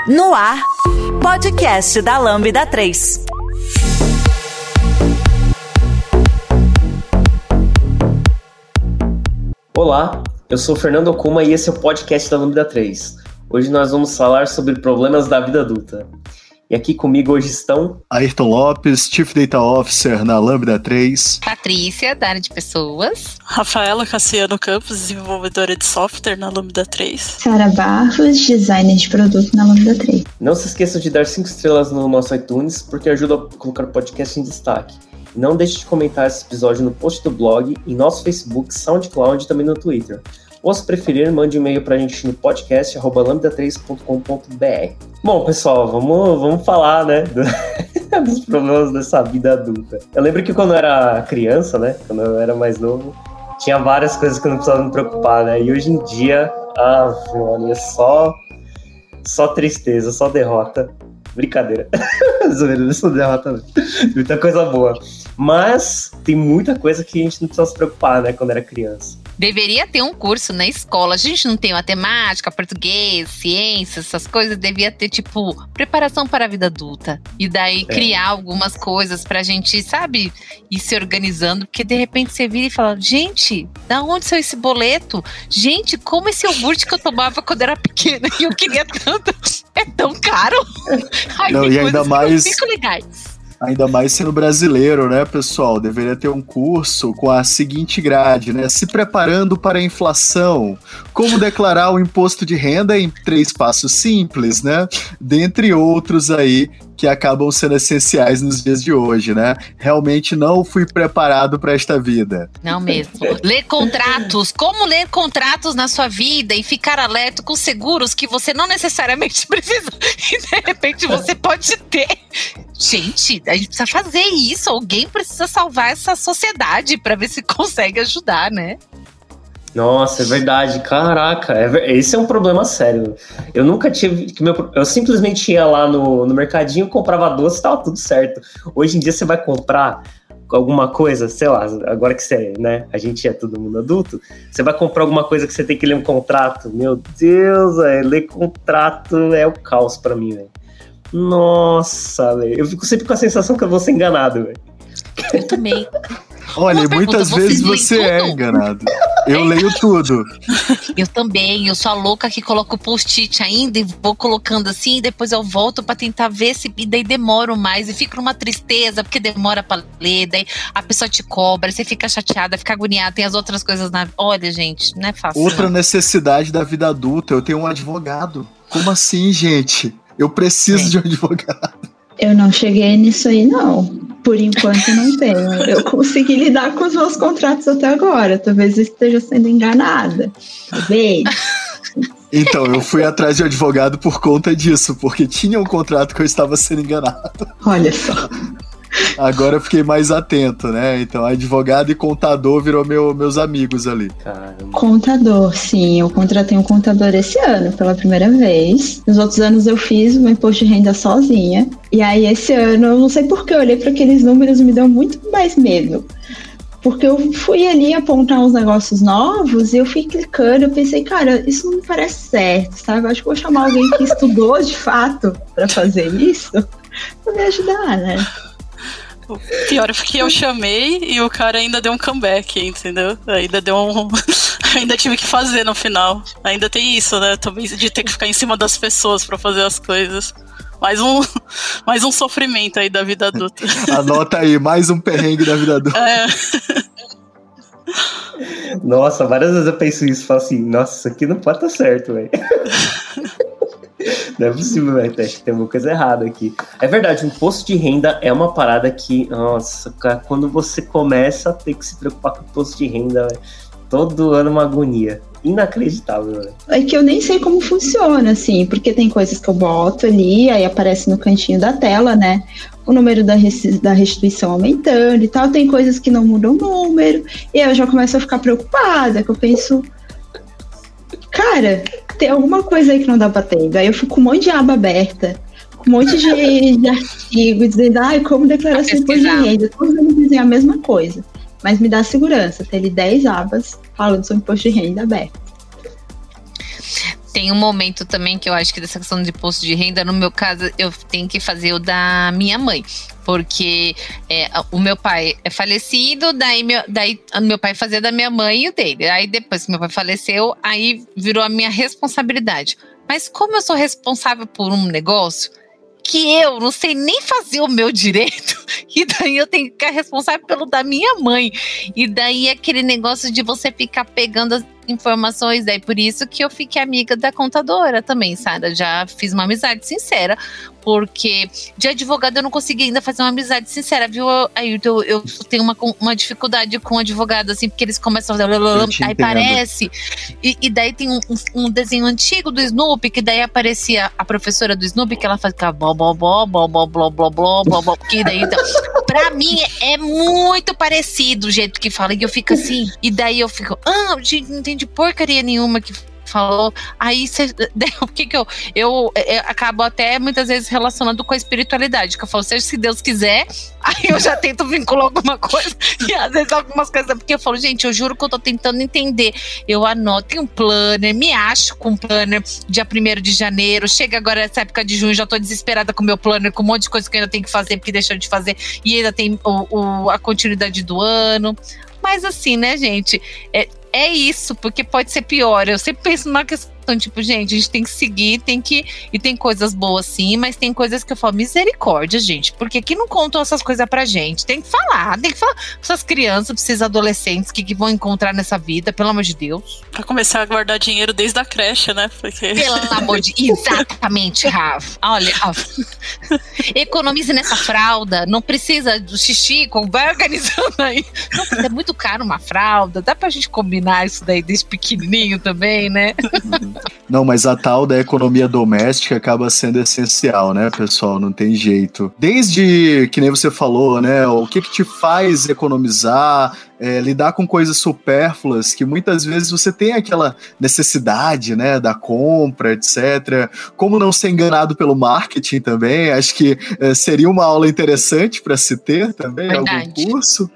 No ar, podcast da Lambda 3. Olá, eu sou o Fernando Okuma e esse é o podcast da Lambda 3. Hoje nós vamos falar sobre problemas da vida adulta. E aqui comigo hoje estão... Ayrton Lopes, Chief Data Officer na Lambda 3. Patrícia, da área de pessoas. Rafaela Cassiano Campos, desenvolvedora de software na Lambda 3. Sara Barros, designer de produto na Lambda 3. Não se esqueça de dar 5 estrelas no nosso iTunes, porque ajuda a colocar o podcast em destaque. E não deixe de comentar esse episódio no post do blog, em nosso Facebook, SoundCloud e também no Twitter. Ou se preferir, mande um e-mail pra gente no podcast@lambda3.com.br. Bom, pessoal, vamos falar, né, dos problemas dessa vida adulta. Eu lembro que quando eu era criança, né, quando eu era mais novo, tinha várias coisas que eu não precisava me preocupar, né, e hoje em dia, olha, só tristeza, só derrota. Brincadeira. Não sou derrota, não. Muita coisa boa. Mas tem muita coisa que a gente não precisa se preocupar, né, quando era criança. Deveria ter um curso na escola. A gente não tem matemática, português, ciências, essas coisas. Devia ter, tipo, preparação para a vida adulta. E daí criar algumas coisas pra gente, sabe, ir se organizando. Porque de repente você vira e fala, gente, da onde saiu esse boleto? Gente, como esse iogurte que eu tomava quando era pequena e eu queria tanto, é tão caro. Ai, não, e ainda mais... Fico legais. Ainda mais sendo brasileiro, né, pessoal? Deveria ter um curso com a seguinte grade, né? Se preparando para a inflação. Como declarar o imposto de renda em 3 passos simples, né? Dentre outros aí que acabam sendo essenciais nos dias de hoje, né? Realmente não fui preparado para esta vida. Não mesmo. Ler contratos. Como ler contratos na sua vida e ficar alerta com seguros que você não necessariamente precisa e de repente você pode ter. Gente, a gente precisa fazer isso. Alguém precisa salvar essa sociedade para ver se consegue ajudar, né? Nossa, é verdade, caraca, esse é um problema sério. Eu nunca tive, eu simplesmente ia lá no mercadinho, comprava doce e tava tudo certo. Hoje em dia você vai comprar alguma coisa, sei lá, agora que você, né, a gente é todo mundo adulto, você vai comprar alguma coisa que você tem que ler um contrato, meu Deus, ler contrato é o caos pra mim, velho. Nossa, velho, eu fico sempre com a sensação que eu vou ser enganado, velho. Eu também. Olha, muitas vezes você é enganado. Eu leio tudo. Eu também, eu sou a louca que coloca o post-it ainda e vou colocando assim, e depois eu volto pra tentar ver se, e daí demoro mais, e fico numa tristeza, porque demora pra ler, daí a pessoa te cobra, você fica chateada, fica agoniada, tem as outras coisas na... Olha, gente, não é fácil. Outra necessidade da vida adulta, eu tenho um advogado. Como assim, gente? Eu preciso de um advogado. Eu não cheguei nisso aí, não. Por enquanto não tenho. Eu consegui lidar com os meus contratos até agora. Talvez eu esteja sendo enganada. Talvez. Então, eu fui atrás de um advogado por conta disso, porque tinha um contrato que eu estava sendo enganado. Olha só. Agora eu fiquei mais atento, né? Então, advogado e contador virou meus amigos ali. Caramba. Contador, sim. Eu contratei um contador esse ano, pela primeira vez. Nos outros anos eu fiz o meu imposto de renda sozinha. E aí, esse ano, eu não sei por que eu olhei para aqueles números e me deu muito mais medo. Porque eu fui ali apontar uns negócios novos e eu fui clicando, eu pensei, cara, isso não me parece certo, sabe? Eu acho que vou chamar alguém que estudou de fato para fazer isso, para me ajudar, né? O pior é que eu chamei e o cara ainda deu um comeback, entendeu? Ainda tive que fazer no final. Ainda tem isso, né? Também de ter que ficar em cima das pessoas pra fazer as coisas. Mais um sofrimento aí da vida adulta. Anota aí, mais um perrengue da vida adulta. Nossa, várias vezes eu penso isso, falo assim, nossa, isso aqui não pode estar certo, velho. Não é possível, velho. Acho que tem alguma coisa errada aqui. É verdade, o imposto de renda é uma parada que, nossa, cara, quando você começa a ter que se preocupar com o imposto de renda, véio, todo ano é uma agonia. Inacreditável, velho. É que eu nem sei como funciona, assim, porque tem coisas que eu boto ali, aí aparece no cantinho da tela, né? O número da restituição aumentando e tal. Tem coisas que não mudam o número, e aí eu já começo a ficar preocupada, que eu penso, cara, tem alguma coisa aí que não dá pra ter. Daí eu fico com um monte de aba aberta, com um monte de artigo, dizendo, como declarar seu imposto de renda. Todos eles dizem a mesma coisa. Mas me dá segurança, ter ali 10 abas falando sobre imposto de renda aberto. Tem um momento também que eu acho que dessa questão de imposto de renda, no meu caso, eu tenho que fazer o da minha mãe. Porque o meu pai é falecido, daí meu pai fazia da minha mãe e o dele. Aí depois que meu pai faleceu, aí virou a minha responsabilidade. Mas como eu sou responsável por um negócio que eu não sei nem fazer o meu direito, e daí eu tenho que ficar responsável pelo da minha mãe. E daí aquele negócio de você ficar pegando as informações, daí por isso que eu fiquei amiga da contadora também, sabe? Já fiz uma amizade sincera, porque de advogado eu não consegui ainda fazer uma amizade sincera, viu? Aí eu tenho uma dificuldade com advogado, assim, porque eles começam a fazer, aí parece, e daí tem um desenho antigo do Snoopy, que daí aparecia a professora do Snoopy, que ela fazia blá blá blá blá blá blá blá blá blá blá, que daí então, pra mim é muito parecido o jeito que fala, e eu fico assim, e daí eu fico, gente, não entendi porcaria nenhuma que falou. Aí o que eu acabo até muitas vezes relacionando com a espiritualidade, que eu falo, seja se Deus quiser, aí eu já tento vincular alguma coisa, e às vezes algumas coisas, porque eu falo, gente, eu juro que eu tô tentando entender, eu anoto em um planner, me acho com um planner dia 1º de janeiro, chega agora essa época de junho, já tô desesperada com o meu planner, com um monte de coisa que eu ainda tenho que fazer, porque deixou de fazer, e ainda tem a continuidade do ano. Mas assim, né, gente, é isso, porque pode ser pior. Eu sempre penso na questão, tipo, gente, a gente tem que seguir, e tem coisas boas sim, mas tem coisas que eu falo, misericórdia, gente, porque aqui não contam essas coisas pra gente, tem que falar pra essas crianças, pra esses adolescentes que vão encontrar nessa vida, pelo amor de Deus. Pra começar a guardar dinheiro desde a creche, né? Porque... Pelo amor de... Exatamente, Rafa. Olha, economize nessa fralda, não precisa do xixi, vai organizando aí. Não, é muito caro uma fralda, dá pra gente combinar isso daí desde pequenininho também, né? Não, mas a tal da economia doméstica acaba sendo essencial, né, pessoal? Não tem jeito. Desde, que nem você falou, né, o que te faz economizar, lidar com coisas supérfluas, que muitas vezes você tem aquela necessidade, né, da compra, etc. Como não ser enganado pelo marketing também, acho que seria uma aula interessante para se ter também, algum curso.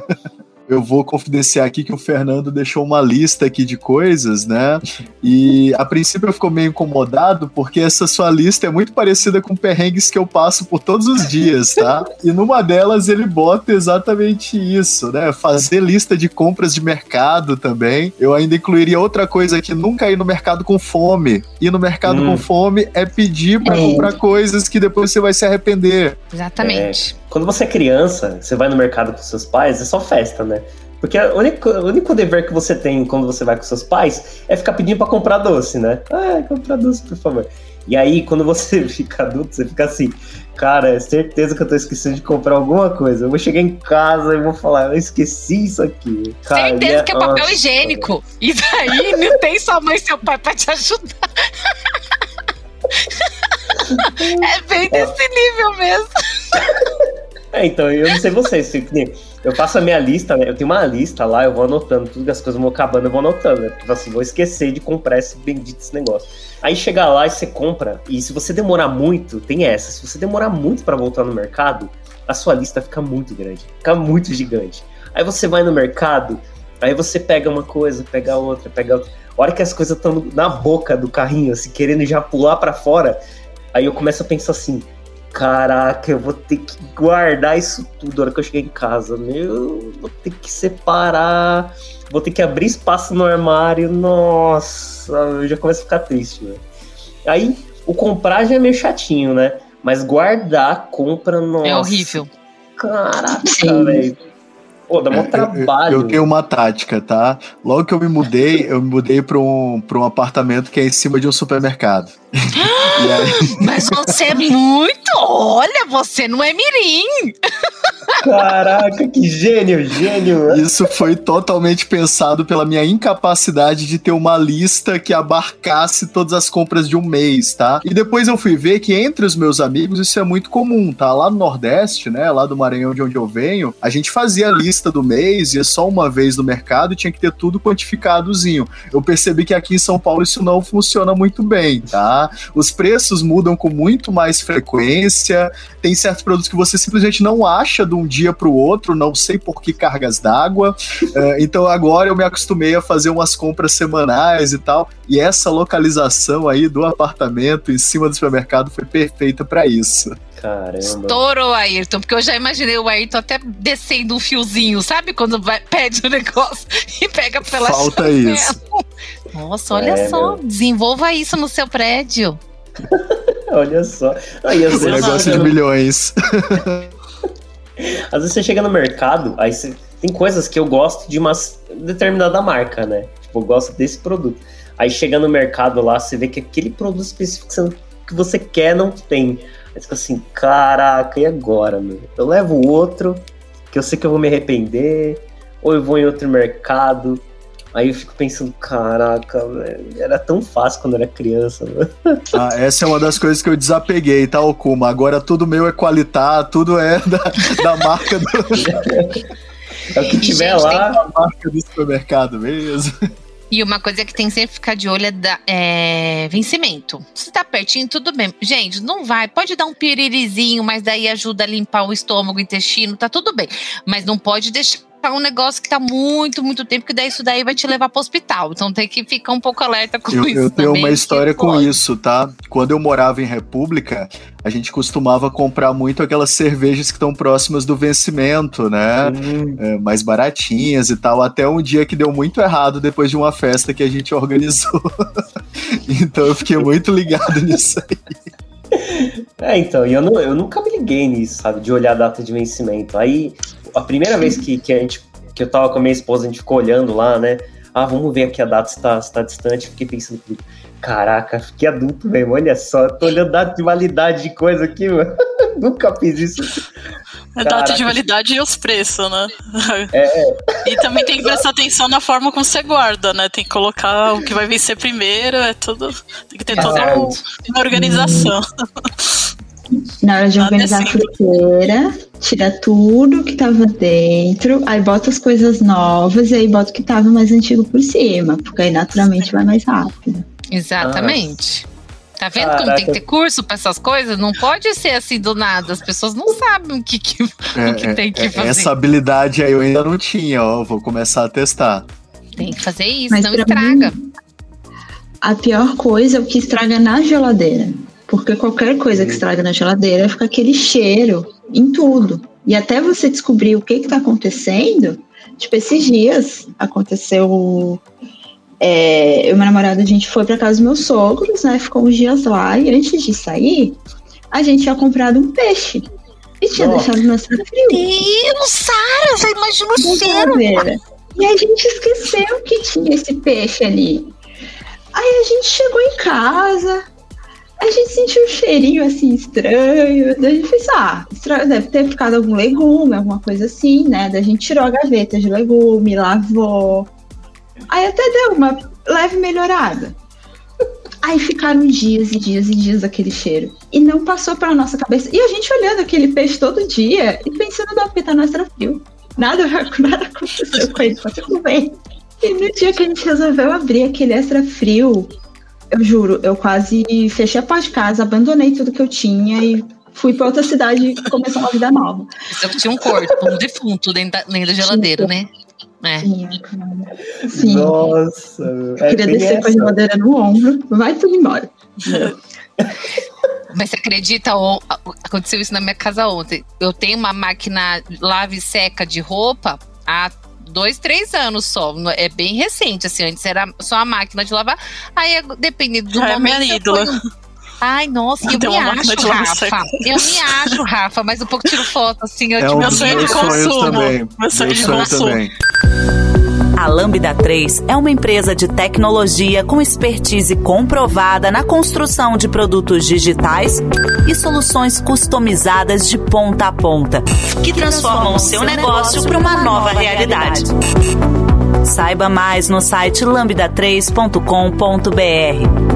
Eu vou confidenciar aqui que o Fernando deixou uma lista aqui de coisas, né? E a princípio eu fico meio incomodado porque essa sua lista é muito parecida com perrengues que eu passo por todos os dias, tá? E numa delas ele bota exatamente isso, né? Fazer lista de compras de mercado também. Eu ainda incluiria outra coisa aqui, nunca ir no mercado com fome. Ir no mercado com fome é pedir pra comprar coisas que depois você vai se arrepender. Exatamente. Quando você é criança, você vai no mercado com seus pais, é só festa, né? Porque o único dever que você tem quando você vai com seus pais é ficar pedindo pra comprar doce, né? Comprar doce, por favor. E aí, quando você fica adulto, você fica assim, cara, é certeza que eu tô esquecendo de comprar alguma coisa. Eu vou chegar em casa e vou falar, eu esqueci isso aqui. Cara, certeza que é papel higiênico. E daí não tem sua mãe e seu pai pra te ajudar. É bem desse nível mesmo. Então, eu não sei vocês, eu faço a minha lista, né? Eu tenho uma lista lá, eu vou anotando, tudo que as coisas vão acabando, eu vou anotando, né? Porque assim, vou esquecer de comprar esse negócio. Aí chega lá e você compra, e se você demorar muito, tem essa, se você demorar muito pra voltar no mercado, a sua lista fica muito grande, fica muito gigante. Aí você vai no mercado, aí você pega uma coisa, pega outra. A hora que as coisas estão na boca do carrinho, assim, querendo já pular pra fora, aí eu começo a pensar assim, caraca, eu vou ter que guardar isso tudo na hora que eu chegar em casa. Vou ter que separar, vou ter que abrir espaço no armário. Nossa, eu já começo a ficar triste, né? Aí, o comprar já é meio chatinho, né? Mas guardar a compra, nossa. É horrível. Caraca, velho. Pô, dá muito trabalho. Eu tenho uma tática, tá? Logo que eu me mudei pra um apartamento que é em cima de um supermercado. Mas você é muito... Olha, você não é mirim. Caraca, que gênio. Isso foi totalmente pensado pela minha incapacidade de ter uma lista que abarcasse todas as compras de um mês, tá? E depois eu fui ver que entre os meus amigos isso é muito comum, tá? Lá no Nordeste, né? Lá do Maranhão, de onde eu venho, a gente fazia a lista do mês, ia só uma vez no mercado e tinha que ter tudo quantificadozinho. Eu percebi que aqui em São Paulo isso não funciona muito bem, tá? Os preços mudam com muito mais frequência, tem certos produtos que você simplesmente não acha de um dia para o outro, não sei por que cargas d'água. Então agora eu me acostumei a fazer umas compras semanais e tal, e essa localização aí do apartamento em cima do supermercado foi perfeita para isso. Caramba. Estourou, Ayrton, porque eu já imaginei o Ayrton até descendo um fiozinho, sabe? Quando pede o negócio e pega pela Falta janela. isso. Nossa, olha só, desenvolva isso no seu prédio. Olha só. Aí, às vezes, negócio de milhões. Às vezes você chega no mercado, aí você... tem coisas que eu gosto de uma determinada marca, né? Tipo, eu gosto desse produto. Aí chega no mercado lá, você vê que aquele produto específico que você quer não tem. Aí você fica assim, caraca, e agora, meu? Eu levo outro, que eu sei que eu vou me arrepender, ou eu vou em outro mercado. Aí eu fico pensando, caraca, velho, era tão fácil quando eu era criança, velho. Essa é uma das coisas que eu desapeguei, tá, Okuma? Agora tudo meu é qualidade, tudo é da marca do... É o que tiver lá. A marca do supermercado mesmo. E uma coisa que tem que sempre ficar de olho é vencimento. Se tá pertinho, tudo bem. Gente, não vai. Pode dar um piririzinho, mas daí ajuda a limpar o estômago, o intestino, tá tudo bem. Mas não pode deixar um negócio que tá muito, muito tempo, que daí isso daí vai te levar pro hospital. Então tem que ficar um pouco alerta com isso. Eu tenho também, uma história com pode. isso, tá? Quando eu morava em República, a gente costumava comprar muito aquelas cervejas que estão próximas do vencimento, né? Mais baratinhas e tal. Até um dia que deu muito errado depois de uma festa que a gente organizou. Então eu fiquei muito ligado nisso aí. Então, e eu nunca me liguei nisso, sabe? De olhar a data de vencimento. Aí, a primeira vez que eu tava com a minha esposa, a gente ficou olhando lá, né? Vamos ver aqui a data se tá distante. Fiquei pensando, caraca, fiquei adulto mesmo, olha só, tô olhando data de validade de coisa aqui, mano. Nunca fiz isso. É data de validade e os preços, né? E também tem que prestar atenção na forma como você guarda, né? Tem que colocar o que vai vencer primeiro, tem que ter toda uma organização. Na hora de organizar a fruteira, tira tudo que tava dentro, aí bota as coisas novas e aí bota o que tava mais antigo por cima, porque aí naturalmente vai mais rápido. Exatamente. Tá vendo como tem que ter curso pra essas coisas? Não pode ser assim do nada. As pessoas não sabem o que tem que fazer. Essa habilidade aí eu ainda não tinha, ó. Vou começar a testar. Tem que fazer isso, mas não estraga. Mim, a pior coisa é o que estraga na geladeira. Porque qualquer coisa que estraga na geladeira fica aquele cheiro em tudo. E até você descobrir o que tá acontecendo, tipo, esses dias aconteceu... eu e meu namorado, a gente foi pra casa dos meus sogros, né? Ficou uns dias lá. E antes de sair, a gente tinha comprado um peixe. E tinha deixado no frio. Deus, Sara, já imagina o cheiro. E a gente esqueceu que tinha esse peixe ali. Aí a gente chegou em casa... A gente sentiu um cheirinho assim estranho. Daí a gente fez, deve ter ficado algum legume, alguma coisa assim, né? Daí a gente tirou a gaveta de legume, lavou. Aí até deu uma leve melhorada. Aí ficaram dias e dias e dias aquele cheiro. E não passou pela nossa cabeça. E a gente olhando aquele peixe todo dia e pensando, não, porque tá no extra frio. Nada aconteceu com ele, tá tudo bem. E no dia que a gente resolveu abrir aquele extra frio, eu juro, eu quase fechei a porta de casa, abandonei tudo que eu tinha e fui pra outra cidade e começar uma vida nova. Você tinha um corpo, um defunto dentro da geladeira, né? Sim. Nossa. Eu queria descer com a geladeira no ombro, vai tudo embora. Mas você acredita, aconteceu isso na minha casa ontem. Eu tenho uma máquina lave e seca de roupa há 2-3 anos só. É bem recente, assim. Antes era só a máquina de lavar. Aí, dependendo do momento... minha ídola. Ai, nossa, eu me acho, Rafa. Eu me acho, Rafa, mas um pouco tiro foto, assim. Meu sonho de consumo. Meu sonho também. A Lambda 3 é uma empresa de tecnologia com expertise comprovada na construção de produtos digitais e soluções customizadas de ponta a ponta, que transformam o seu negócio para uma nova realidade. Saiba mais no site lambda3.com.br.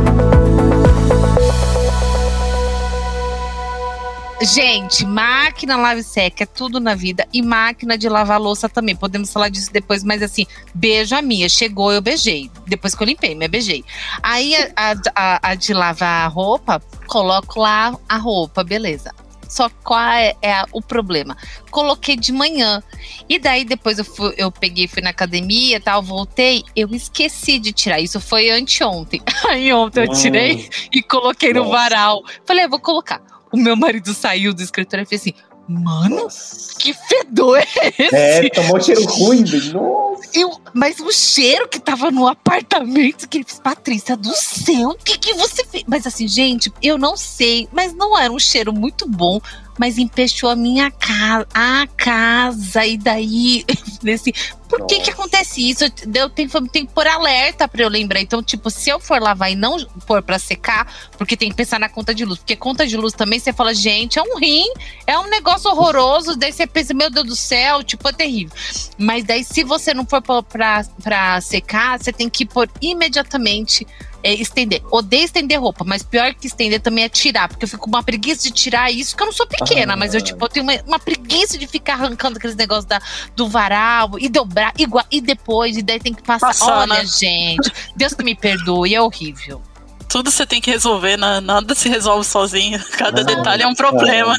Gente, máquina lave-seca é tudo na vida e máquina de lavar louça também. Podemos falar disso depois, mas assim, beijo a minha. Chegou, eu beijei. Depois que eu limpei, me beijei. Aí a de lavar a roupa, coloco lá a roupa, beleza. Só qual é o problema? Coloquei de manhã. E daí depois eu peguei, fui na academia e tal, voltei. Eu esqueci de tirar. Isso foi anteontem. Aí ontem eu tirei e coloquei no varal. Falei, vou colocar. O meu marido saiu do escritório e fez assim: mano, que fedor é esse? Tomou cheiro ruim, nossa. Mas o cheiro que tava no apartamento, que ele fez, Patrícia do céu, o que você fez? Mas assim, gente, eu não sei, mas não era um cheiro muito bom, mas empechou a minha casa, e daí, assim, por que acontece isso? Eu tenho que pôr alerta pra eu lembrar. Então, tipo, se eu for lavar e não pôr pra secar, porque tem que pensar na conta de luz, porque conta de luz também, você fala, gente, é um rim, é um negócio horroroso, daí você pensa, meu Deus do céu, tipo, é terrível. Mas daí, se você não for pra secar, você tem que pôr imediatamente, estender. Odeio estender roupa, mas pior que estender também é tirar, porque eu fico com uma preguiça de tirar isso, que eu não sou pequena, mas eu tenho uma preguiça de ficar arrancando aqueles negócios do varal e dobrar, e depois, e daí tem que passar. Olha, né? Gente, Deus que me perdoe, é horrível. Tudo você tem que resolver, nada se resolve sozinho, cada detalhe é um problema.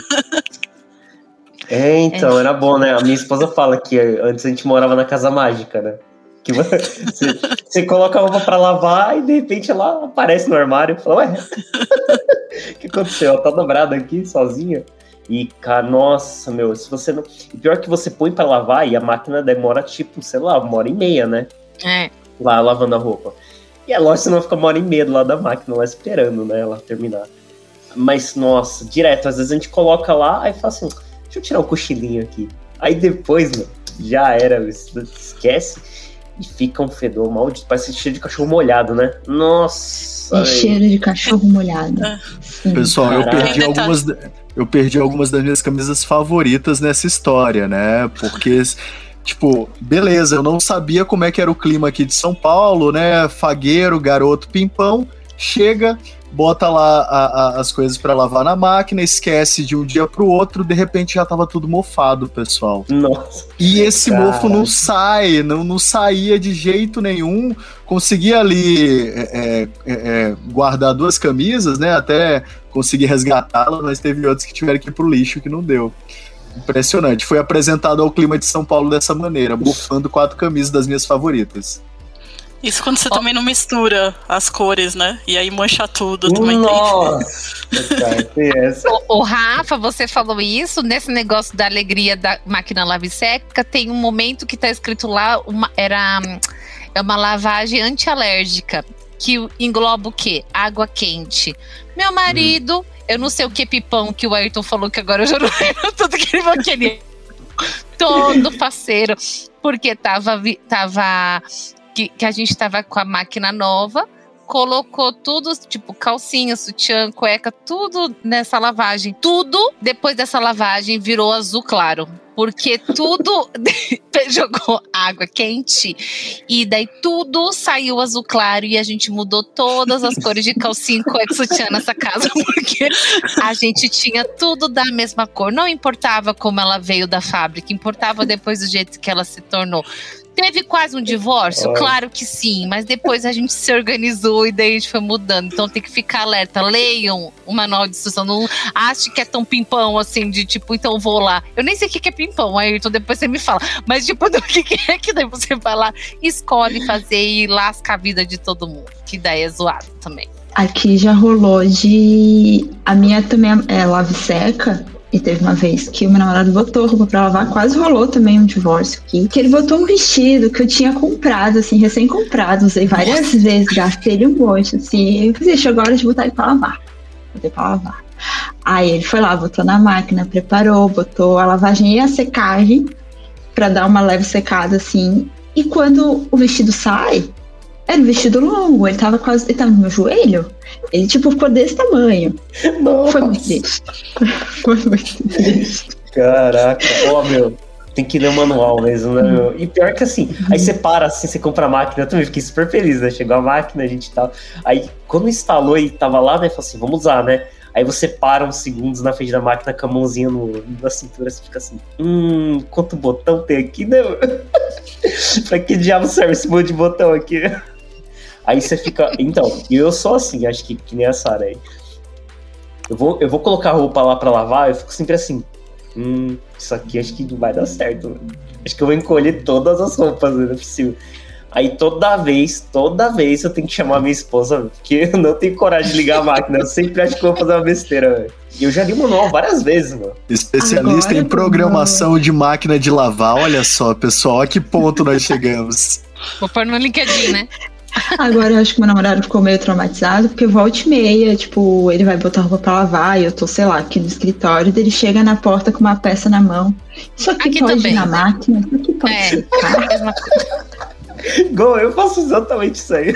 Então, era bom, né? A minha esposa fala que antes a gente morava na casa mágica, né? Que você coloca a roupa pra lavar e de repente ela aparece no armário e fala, ué, o que aconteceu? Ela tá dobrada aqui, sozinha. E, cara, nossa, meu, se você não... E pior que você põe pra lavar e a máquina demora, tipo, sei lá, 1h30, né? Lá, lavando a roupa. E é lógico que você não fica 1h30 do lado da máquina lá esperando, né, ela terminar. Mas, nossa, direto, às vezes a gente coloca lá, aí fala assim, deixa eu tirar um cochilinho aqui. Aí depois, meu, já era, esquece. E fica um fedor maldito, parece cheiro de cachorro molhado, né? Nossa! Cheiro de cachorro molhado. Pessoal, eu perdi algumas das minhas camisas favoritas nessa história, né? Porque, tipo, beleza, eu não sabia como é que era o clima aqui de São Paulo, né? Fagueiro, garoto, pimpão, chega, bota lá as coisas pra lavar na máquina, esquece de um dia pro outro, de repente já tava tudo mofado, pessoal. Nossa. E esse mofo não saía de jeito nenhum. Conseguia ali guardar 2 camisas, né? Até conseguir resgatá-las, mas teve outros que tiveram que ir pro lixo, que não deu. Impressionante. Foi apresentado ao clima de São Paulo dessa maneira, bufando 4 camisas das minhas favoritas. Isso quando você também não mistura as cores, né? E aí mancha tudo também. Nossa! O Rafa, você falou isso, nesse negócio da alegria da máquina lava e seca, tem um momento que tá escrito lá, é uma lavagem antialérgica, que engloba o quê? Água quente. Meu marido, eu não sei o que pipão que o Ayrton falou, que agora eu já não lembro tudo que ele vai querer. Todo faceiro, porque tava que a gente tava com a máquina nova, colocou tudo, tipo calcinha, sutiã, cueca, tudo nessa lavagem. Tudo, depois dessa lavagem, virou azul claro. Porque tudo jogou água quente e daí tudo saiu azul claro e a gente mudou todas as cores de calcinha, cueca, sutiã nessa casa, porque a gente tinha tudo da mesma cor. Não importava como ela veio da fábrica, importava depois do jeito que ela se tornou. Teve quase um divórcio? Claro que sim, mas depois a gente se organizou e daí a gente foi mudando. Então tem que ficar alerta, leiam o manual de instrução, não ache que é tão pimpão assim, de tipo, então vou lá. Eu nem sei o que é pimpão, Ayrton, depois você me fala. Mas tipo, do que é que daí você vai lá, escolhe fazer e lasca a vida de todo mundo, que daí é zoado também. Aqui já rolou a minha também é lave seca. E teve uma vez que o meu namorado botou roupa pra lavar, quase rolou também um divórcio aqui. Que ele botou um vestido que eu tinha comprado, assim, recém-comprado. Usei várias vezes, gastei ele um monte, assim. Eu falei, chegou a hora de botar ele pra lavar. Botei pra lavar. Aí ele foi lá, botou na máquina, preparou, botou a lavagem e a secagem pra dar uma leve secada, assim. E quando o vestido sai, era um vestido longo, ele tava no meu joelho. Ele, tipo, ficou desse tamanho. Nossa. Foi muito triste. Foi muito triste. Caraca, meu, tem que ler o manual mesmo, né, meu? E pior que assim, aí você para, assim, você compra a máquina, eu também fiquei super feliz, né? Chegou a máquina, a gente tava... Aí, quando instalou e tava lá, né, falou assim, vamos usar, né? Aí você para uns segundos na frente da máquina com a mãozinha na cintura, você fica assim, quanto botão tem aqui, né? Pra que diabo serve esse monte de botão aqui? Aí você fica... Então, e eu sou assim, acho que nem a Sarah aí. eu vou colocar a roupa lá pra lavar, eu fico sempre assim, isso aqui acho que não vai dar certo, mano. Acho que eu vou encolher todas as roupas, não é possível. Aí toda vez eu tenho que chamar minha esposa, porque eu não tenho coragem de ligar a máquina, eu sempre acho que eu vou fazer uma besteira, velho. E eu já li o manual várias vezes, mano. Especialista em programação de máquina de lavar, olha só, pessoal, a que ponto nós chegamos. Vou pôr no LinkedIn, né? Agora eu acho que meu namorado ficou meio traumatizado, porque volta e meia, tipo, ele vai botar roupa pra lavar e eu tô, sei lá, aqui no escritório, ele chega na porta com uma peça na mão. Isso aqui pode também. Ir na máquina, isso aqui pode secar. Mesma coisa. Igual eu faço exatamente isso aí.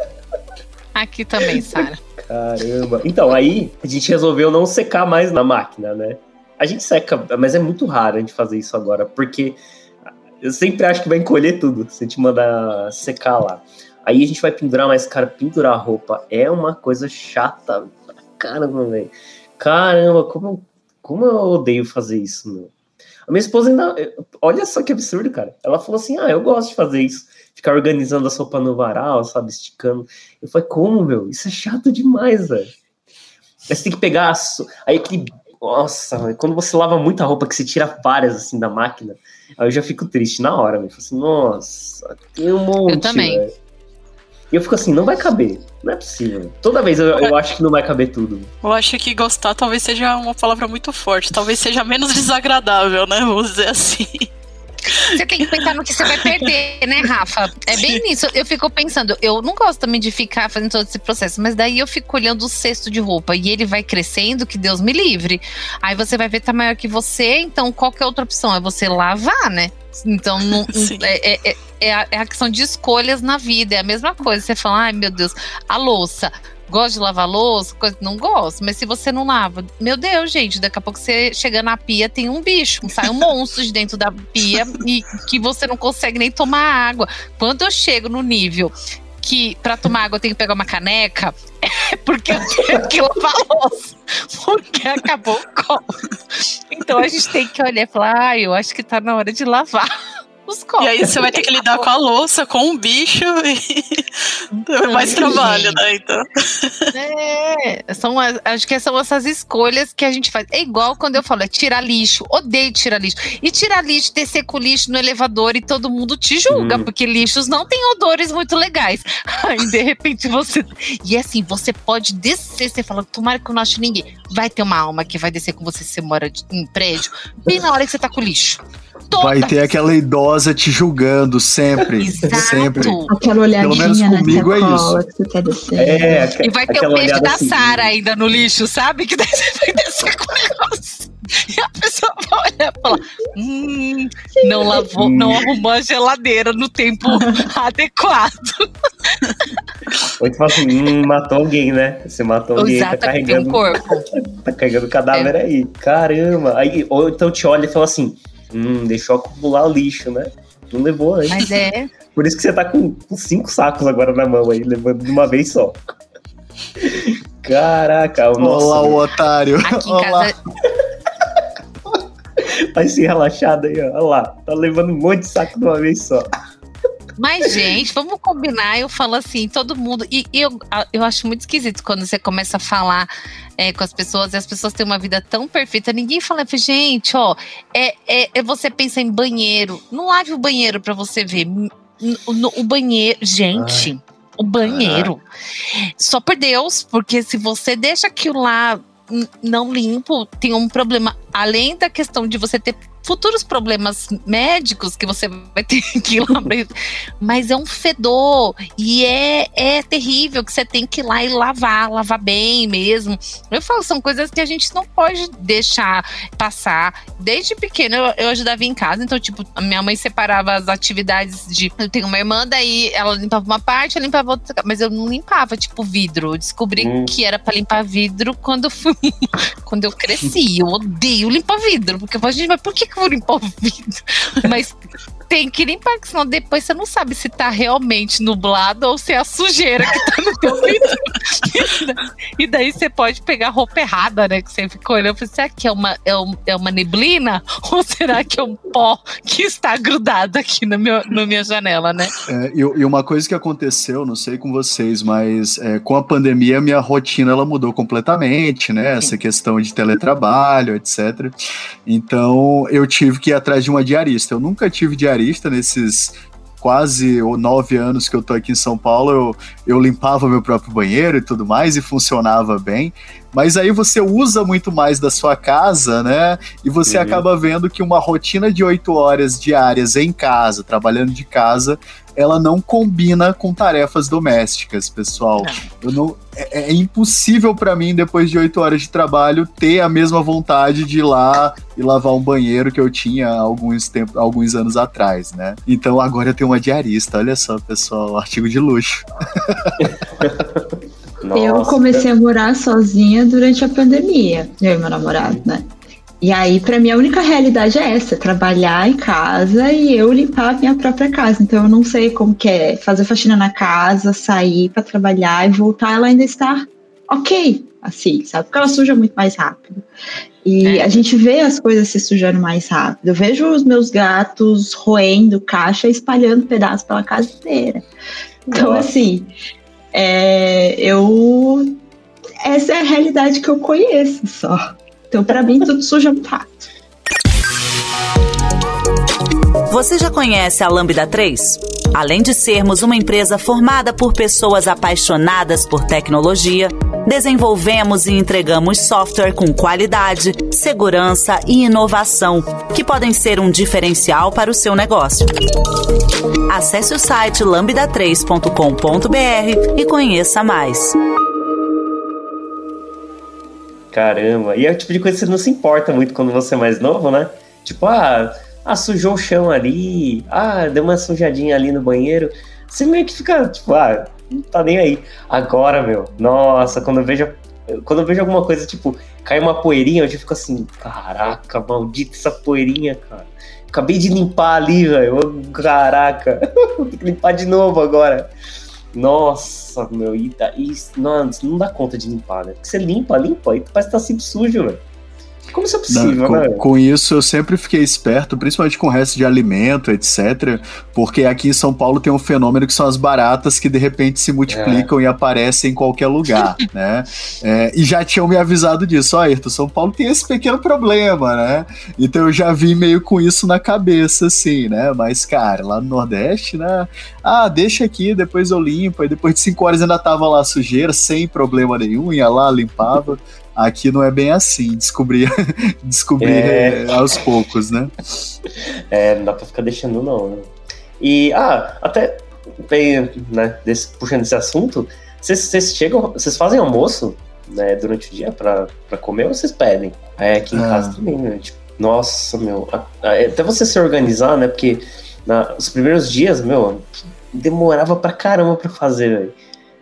Aqui também, Sara. Caramba. Então, aí a gente resolveu não secar mais na máquina, né? A gente seca, mas é muito raro a gente fazer isso agora, porque eu sempre acho que vai encolher tudo se a gente mandar secar lá. Aí a gente vai pendurar, mas, cara, pendurar a roupa é uma coisa chata. Caramba, velho. Caramba, como eu odeio fazer isso, meu. A minha esposa ainda... Olha só que absurdo, cara. Ela falou assim, eu gosto de fazer isso. Ficar organizando a roupa no varal, sabe? Esticando. Eu falei, como, meu? Isso é chato demais, velho. Aí você tem que pegar... Aí aquele... Nossa, véio. Quando você lava muita roupa, que você tira várias, assim, da máquina, aí eu já fico triste na hora, velho. Eu falo assim, nossa, tem um monte, eu também. Véio. E eu fico assim, não vai caber. Não é possível. Toda vez eu acho que não vai caber tudo. Eu acho que gostar talvez seja uma palavra muito forte. Talvez seja menos desagradável, né? Vamos dizer assim. Você tem que pensar no que você vai perder, né, Rafa? É bem nisso. Eu fico pensando, eu não gosto também de ficar fazendo todo esse processo, mas daí eu fico olhando o cesto de roupa e ele vai crescendo, que Deus me livre. Aí você vai ver que tá maior que você, então qual que é a outra opção? É você lavar, né? Então não, é a questão de escolhas na vida, é a mesma coisa. Você fala, ai meu Deus, a louça. Gosto de lavar louça, não gosto, mas se você não lava, meu Deus, gente, daqui a pouco você chega na pia, tem um bicho, sai um monstro de dentro da pia e que você não consegue nem tomar água. Quando eu chego no nível que pra tomar água eu tenho que pegar uma caneca, é porque eu tenho que lavar a louça, porque acabou o copo. Então a gente tem que olhar e falar, eu acho que tá na hora de lavar os copos. E aí você vai ter que lidar com a louça, com o bicho e mais trabalho, né? Então. Acho que são essas escolhas que a gente faz. É igual quando eu falo, tirar lixo, odeio tirar lixo. E tirar lixo, descer com lixo no elevador e todo mundo te julga, porque lixos não têm odores muito legais. Aí de repente você... E assim, você pode descer, você fala, tomara que eu não ache ninguém. Vai ter uma alma que vai descer com você se você mora em prédio, bem na hora que você tá com lixo. Vai ter aquela idosa te julgando sempre. Exato. Sempre. Aquela olhadinha. Pelo menos comigo é isso. Que você quer descer. E vai ter o peixe da assim, Sara ainda no lixo, sabe? Que daí você vai descer com o negócio. E a pessoa vai olhar e falar: não lavou, não arrumou a geladeira no tempo adequado. Ou tu fala assim, matou alguém, né? Você matou alguém, exato, tá carregando um corpo. Tá carregando cadáver aí. Caramba. Aí, ou então te olha e fala assim, deixou acumular lixo, né? Não levou antes. Mas é. Por isso que você tá com 5 sacos agora na mão aí, levando de uma vez só. Caraca, nossa. Olá, o otário. Aqui em Olá. casa. Vai se relaxado aí, ó. Olha lá. Tá levando um monte de saco de uma vez só. Mas, gente, vamos combinar. Eu falo assim, todo mundo. E eu acho muito esquisito quando você começa a falar com as pessoas, e as pessoas têm uma vida tão perfeita. Ninguém fala, gente, ó, você pensa em banheiro. Não lave o banheiro pra você ver. O banheiro. Gente, o banheiro. Só por Deus, porque se você deixa aquilo lá não limpo, tem um problema. Além da questão de você ter futuros problemas médicos que você vai ter que ir lá, mas é um fedor e é terrível, que você tem que ir lá e lavar bem mesmo. Eu falo, são coisas que a gente não pode deixar passar. Desde pequena eu ajudava em casa, então tipo, a minha mãe separava as atividades eu tenho uma irmã, daí ela limpava uma parte, eu limpava outra, mas eu não limpava tipo vidro. Eu descobri que era pra limpar vidro quando eu cresci. Eu odeio limpar vidro, porque eu falo, gente, mas por que que eu vou limpar o vidro? Mas tem que limpar, porque senão depois você não sabe se tá realmente nublado ou se é a sujeira que tá no teu vidro. E daí você pode pegar a roupa errada, né? Que você fica olhando e fala, será que é uma neblina? Ou será que é um pó que está grudado aqui na minha janela, né? E uma coisa que aconteceu, não sei com vocês, mas com a pandemia minha rotina ela mudou completamente, né? Essa questão de teletrabalho, etc. Então eu tive que ir atrás de uma diarista. Eu nunca tive diarista nesses quase 9 anos que eu tô aqui em São Paulo. Eu limpava meu próprio banheiro e tudo mais e funcionava bem. Mas aí você usa muito mais da sua casa, né? E você acaba vendo que uma rotina de 8 horas diárias em casa, trabalhando de casa, ela não combina com tarefas domésticas, pessoal. É impossível para mim, depois de 8 horas de trabalho, ter a mesma vontade de ir lá e lavar um banheiro que eu tinha alguns anos atrás, né? Então agora eu tenho uma diarista, olha só, pessoal, artigo de luxo. Nossa. Eu comecei a morar sozinha durante a pandemia, eu e meu namorado, né? E aí, pra mim, a única realidade é essa, trabalhar em casa e eu limpar a minha própria casa. Então, eu não sei como que é fazer faxina na casa, sair pra trabalhar e voltar, ela ainda está ok, assim, sabe? Porque ela suja muito mais rápido. E a gente vê as coisas se sujando mais rápido. Eu vejo os meus gatos roendo caixa e espalhando pedaços pela casa inteira. Então, assim... essa é a realidade que eu conheço só. Então, pra mim, tudo suja muito rápido. Você já conhece a Lambda 3? Além de sermos uma empresa formada por pessoas apaixonadas por tecnologia, desenvolvemos e entregamos software com qualidade, segurança e inovação, que podem ser um diferencial para o seu negócio. Acesse o site lambda3.com.br e conheça mais. Caramba, e é o tipo de coisa que você não se importa muito quando você é mais novo, né? Tipo, sujou o chão ali, deu uma sujadinha ali no banheiro. Você meio que fica, tipo, não tá nem aí. Agora, meu, nossa, quando eu vejo alguma coisa, tipo, cai uma poeirinha, eu já fico assim, caraca, maldita essa poeirinha, cara. Acabei de limpar ali, velho, caraca, vou ter que limpar de novo agora. Nossa, meu, não dá conta de limpar, né? Porque você limpa, e parece que tá sempre sujo, velho. Como isso é possível, né? Com isso, eu sempre fiquei esperto, principalmente com o resto de alimento, etc. Porque aqui em São Paulo tem um fenômeno que são as baratas que de repente se multiplicam e aparecem em qualquer lugar, né? E já tinham me avisado disso. Ayrton, São Paulo tem esse pequeno problema, né? Então eu já vim meio com isso na cabeça, assim, né? Mas, cara, lá no Nordeste, né? Deixa aqui, depois eu limpo. Aí depois de 5 horas ainda tava lá sujeira, sem problema nenhum, ia lá, limpava. Aqui não é bem assim, descobrir aos poucos, né? Não dá pra ficar deixando não, né? E, até, né, puxando esse assunto, vocês fazem almoço, né, durante o dia pra comer ou vocês pedem? Aqui em casa também, né? Tipo, nossa, meu, até você se organizar, né, porque os primeiros dias, meu, demorava pra caramba pra fazer, velho.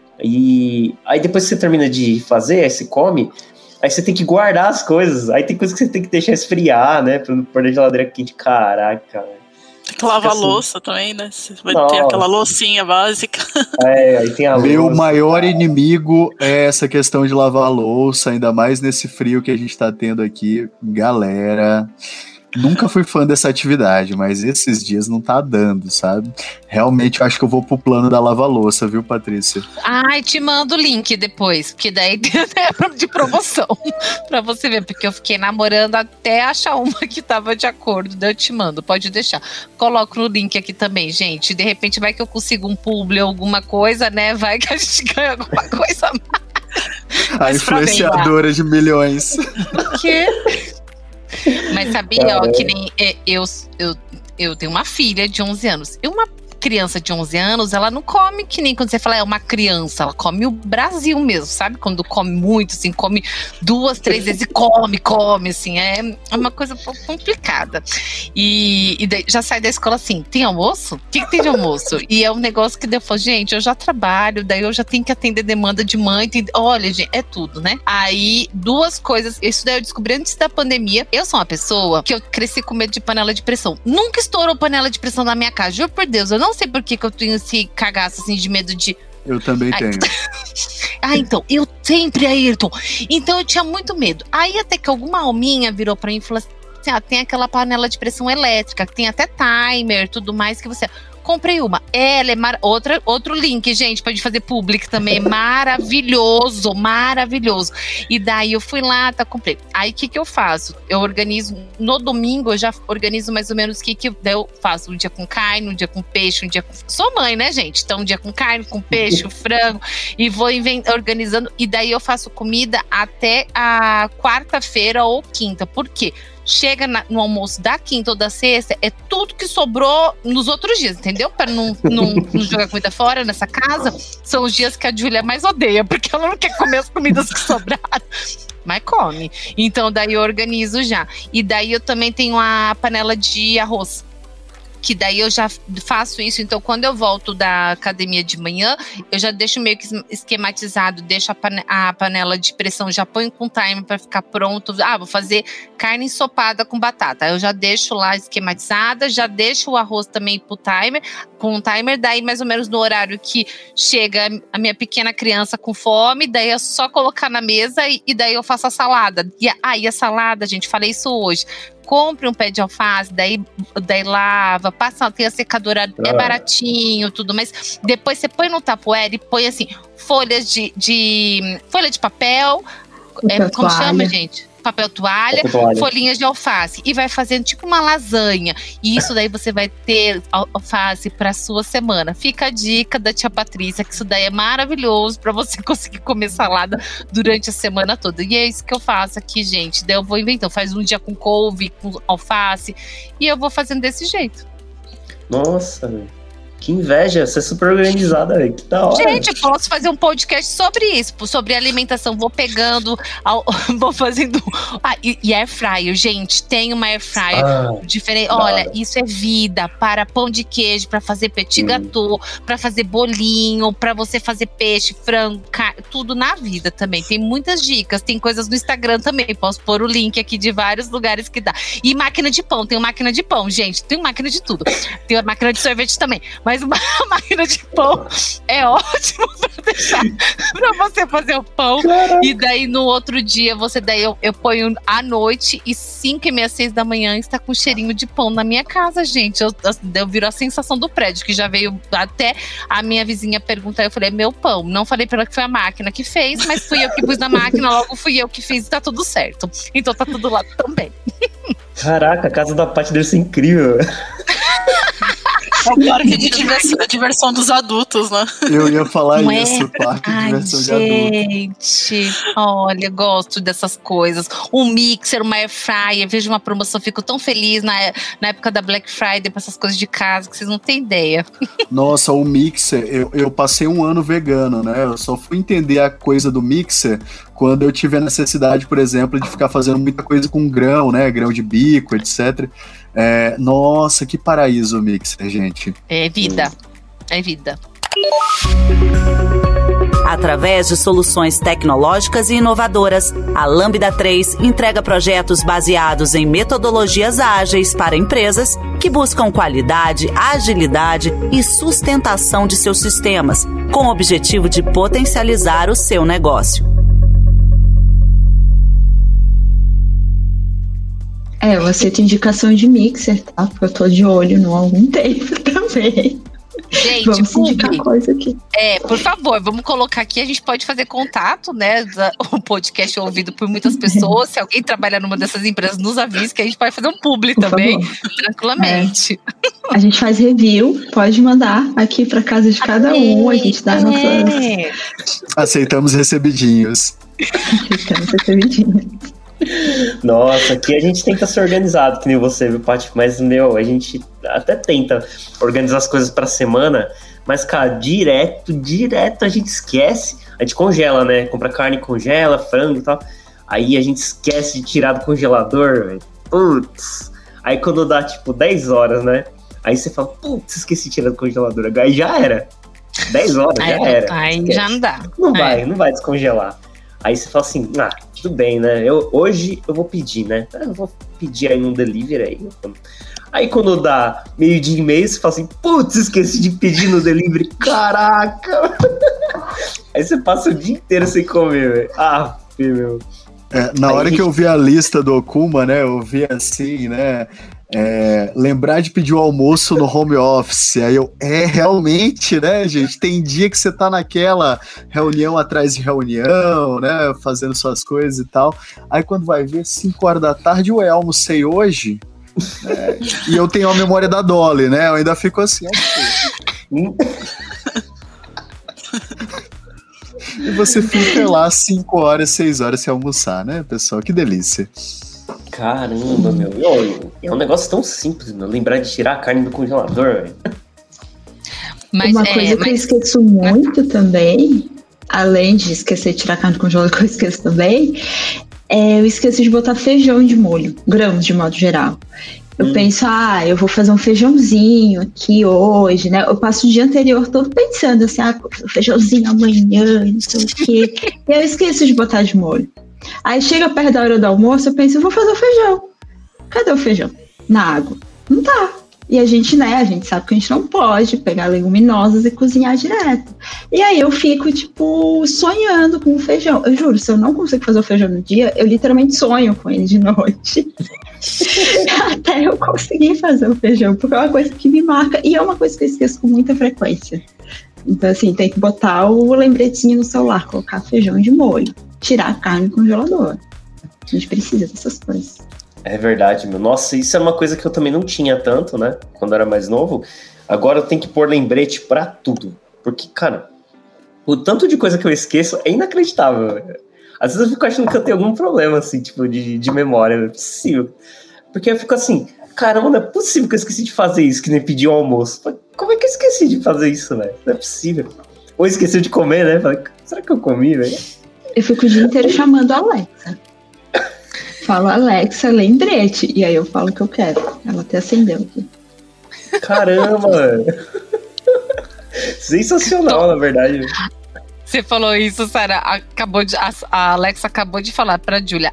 E aí depois que você termina de fazer, aí você come... Aí você tem que guardar as coisas. Aí tem coisas que você tem que deixar esfriar, né? Pra não pôr na geladeira quente. Caraca, velho. Tem que lavar a louça também, né? Você vai ter aquela loucinha básica. Aí tem a louça. Meu maior inimigo é essa questão de lavar a louça, ainda mais nesse frio que a gente tá tendo aqui. Galera... Nunca fui fã dessa atividade, mas esses dias não tá dando, sabe? Realmente eu acho que eu vou pro plano da lava-louça, viu, Patrícia? Te mando o link depois, porque daí é de promoção, pra você ver, porque eu fiquei namorando até achar uma que tava de acordo, daí eu te mando, pode deixar. Coloco no link aqui também, gente, de repente vai que eu consigo um publi ou alguma coisa, né? Vai que a gente ganha alguma coisa mais. A influenciadora de milhões. O quê? Mas sabia, que nem eu tenho uma filha de 11 anos. E criança de 11 anos, ela não come que nem quando você fala é uma criança, ela come o Brasil mesmo, sabe? Quando come muito, assim, come 2, 3 vezes e come, assim, é uma coisa um pouco complicada. E daí já sai da escola assim, tem almoço? O que tem de almoço? E é um negócio que eu falo, gente, eu já trabalho, daí eu já tenho que atender demanda de mãe, olha, gente, é tudo, né? Aí, 2 coisas, isso daí eu descobri antes da pandemia. Eu sou uma pessoa que eu cresci com medo de panela de pressão. Nunca estourou panela de pressão na minha casa, juro por Deus, eu não sei por que eu tenho esse cagaço, assim, de medo de... Eu também tenho. Então, eu sempre, Ayrton. Então, eu tinha muito medo. Aí, até que alguma alminha virou pra mim e falou assim, tem aquela panela de pressão elétrica, que tem até timer, tudo mais que você... Comprei uma. Ela é outro link, gente, pra gente fazer public também. Maravilhoso. E daí eu fui lá, comprei. Aí o que eu faço? Eu organizo, no domingo eu já organizo mais ou menos o que eu faço. Um dia com carne, um dia com peixe, um dia com... Sou mãe, né, gente? Então um dia com carne, com peixe, frango. E vou organizando. E daí eu faço comida até a quarta-feira ou quinta. Por quê? Chega no almoço da quinta ou da sexta, é tudo que sobrou nos outros dias, entendeu? Para não jogar comida fora nessa casa, são os dias que a Júlia mais odeia, porque ela não quer comer as comidas que sobraram, mas come. Então daí eu organizo já. E daí eu também tenho a panela de arroz, que daí eu já faço isso. Então quando eu volto da academia de manhã, eu já deixo meio que esquematizado, deixo a panela de pressão, já ponho com timer para ficar pronto. Vou fazer carne ensopada com batata, eu já deixo lá esquematizada, já deixo o arroz também com o timer, daí mais ou menos no horário que chega a minha pequena criança com fome, daí é só colocar na mesa e daí eu faço a salada. E a salada, gente, falei isso hoje, compre um pé de alface, daí lava, tem a secadora, é baratinho, tudo, mas depois você põe no tupperware e põe assim, folha de papel, como chama, gente? Papel toalha, folhinhas de alface, e vai fazendo tipo uma lasanha, e isso daí você vai ter alface para sua semana. Fica a dica da tia Patrícia, que isso daí é maravilhoso para você conseguir comer salada durante a semana toda, e é isso que eu faço aqui, gente. Daí eu vou inventando, faz um dia com couve, com alface, e eu vou fazendo desse jeito. Nossa, velho. Que inveja, você é super organizada, velho. Que da hora. Gente, eu posso fazer um podcast sobre isso, sobre alimentação. Vou pegando, vou fazendo. E air fryer, gente, tem uma air fryer diferente. Olha, isso é vida para pão de queijo, para fazer petit gâteau, para fazer bolinho, para você fazer peixe, frango, tudo na vida também. Tem muitas dicas, tem coisas no Instagram também. Posso pôr o link aqui de vários lugares que dá. E máquina de pão, tem uma máquina de pão, gente. Tem uma máquina de tudo. Tem uma máquina de sorvete também. Mas uma máquina de pão é ótimo pra você fazer o pão. Caraca. E daí no outro dia eu ponho à noite e 5h30, 6 da manhã está com cheirinho de pão na minha casa, gente. Eu viro a sensação do prédio, que já veio até a minha vizinha perguntar. Eu falei, é meu pão. Não falei pra ela que foi a máquina que fez, mas fui eu que pus na máquina, logo fui eu que fiz e tá tudo certo. Então tá tudo lá também. Caraca, a casa da Paty deve ser incrível. É o parque de diversão dos adultos, né? Eu ia falar isso, parque de diversão de adultos. Gente, olha, gosto dessas coisas. Um mixer, uma air fryer, vejo uma promoção, fico tão feliz na época da Black Friday pra essas coisas de casa, que vocês não têm ideia. Nossa, o mixer, eu passei um ano vegano, né? Eu só fui entender a coisa do mixer quando eu tive a necessidade, por exemplo, de ficar fazendo muita coisa com grão, né? Grão de bico, etc. Nossa, que paraíso o mixer, gente. É vida. É vida. Através de soluções tecnológicas e inovadoras, a Lambda 3 entrega projetos baseados em metodologias ágeis para empresas que buscam qualidade, agilidade e sustentação de seus sistemas, com o objetivo de potencializar o seu negócio. Eu aceito indicação de mixer, tá? Porque eu tô de olho no algum tempo também. Gente, vamos indicar coisa aqui. Por favor, vamos colocar aqui, a gente pode fazer contato, né? O podcast é ouvido por muitas pessoas. Se alguém trabalhar numa dessas empresas, nos avise que a gente pode fazer um publi também, tranquilamente. A gente faz review, pode mandar aqui pra casa de cada um, a gente dá nossas... Aceitamos recebidinhos. Aceitamos recebidinhos. Nossa, aqui a gente tenta ser organizado, que nem você, viu, Paty? Mas, a gente até tenta organizar as coisas pra semana, mas, cara, direto a gente esquece. A gente congela, né? Compra carne, congela, frango e tal. Aí a gente esquece de tirar do congelador, velho. Putz. Aí quando dá, 10 horas, né? Aí você fala, putz, esqueci de tirar do congelador. Aí já era. 10 horas, já era. Aí esquece. Já não dá. Não vai descongelar. Aí você fala assim, tudo bem, né? Hoje eu vou pedir, né? Eu vou pedir aí num delivery aí. Aí quando dá 12:30, você fala assim, putz, esqueci de pedir no delivery. Caraca! Aí você passa o dia inteiro sem comer, velho. Meu. Na hora que eu vi a lista do Okuma, né? Eu vi assim, né? Lembrar de pedir o almoço no home office. Aí realmente, né, gente? Tem dia que você tá naquela reunião atrás de reunião, né? Fazendo suas coisas e tal. Aí quando vai ver 5 horas da tarde, almocei hoje. E eu tenho a memória da Dolly, né? Eu ainda fico assim, E você fica lá 5 horas, 6 horas sem almoçar, né, pessoal? Que delícia. Caramba, meu. É um negócio tão simples, meu. Lembrar de tirar a carne do congelador, velho. Uma coisa que eu esqueço muito também, além de esquecer de tirar a carne do congelador, que eu esqueço também, eu esqueço de botar feijão de molho, grãos de modo geral. Eu penso, eu vou fazer um feijãozinho aqui hoje, né? Eu passo o dia anterior todo pensando assim, feijãozinho amanhã, não sei o quê. E eu esqueço de botar de molho. Aí chega perto da hora do almoço, eu penso, eu vou fazer o feijão. Cadê o feijão? Na água. Não tá. E a gente sabe que a gente não pode pegar leguminosas e cozinhar direto. E aí eu fico, sonhando com o feijão. Eu juro, se eu não consigo fazer o feijão no dia, eu literalmente sonho com ele de noite. Até eu conseguir fazer o feijão, porque é uma coisa que me marca e é uma coisa que eu esqueço com muita frequência. Então, assim, tem que botar o lembretinho no celular, colocar feijão de molho, tirar a carne do congelador. A gente precisa dessas coisas. É verdade, meu. Nossa, isso é uma coisa que eu também não tinha tanto, né? Quando eu era mais novo. Agora eu tenho que pôr lembrete pra tudo. Porque, cara, o tanto de coisa que eu esqueço é inacreditável, velho. Às vezes eu fico achando que eu tenho algum problema, assim, de memória. Não é possível. Porque eu fico assim, caramba, não é possível que eu esqueci de fazer isso, que nem pedir o almoço. Como é que eu esqueci de fazer isso, velho? Não é possível. Ou esqueci de comer, né? Falei, será que eu comi, velho? Eu fico o dia inteiro chamando a Alexa. Falo, Alexa, lembrete. E aí eu falo o que eu quero. Ela até acendeu aqui. Caramba! Sensacional, na verdade. Você falou isso, Sara. A Alexa acabou de falar pra Júlia.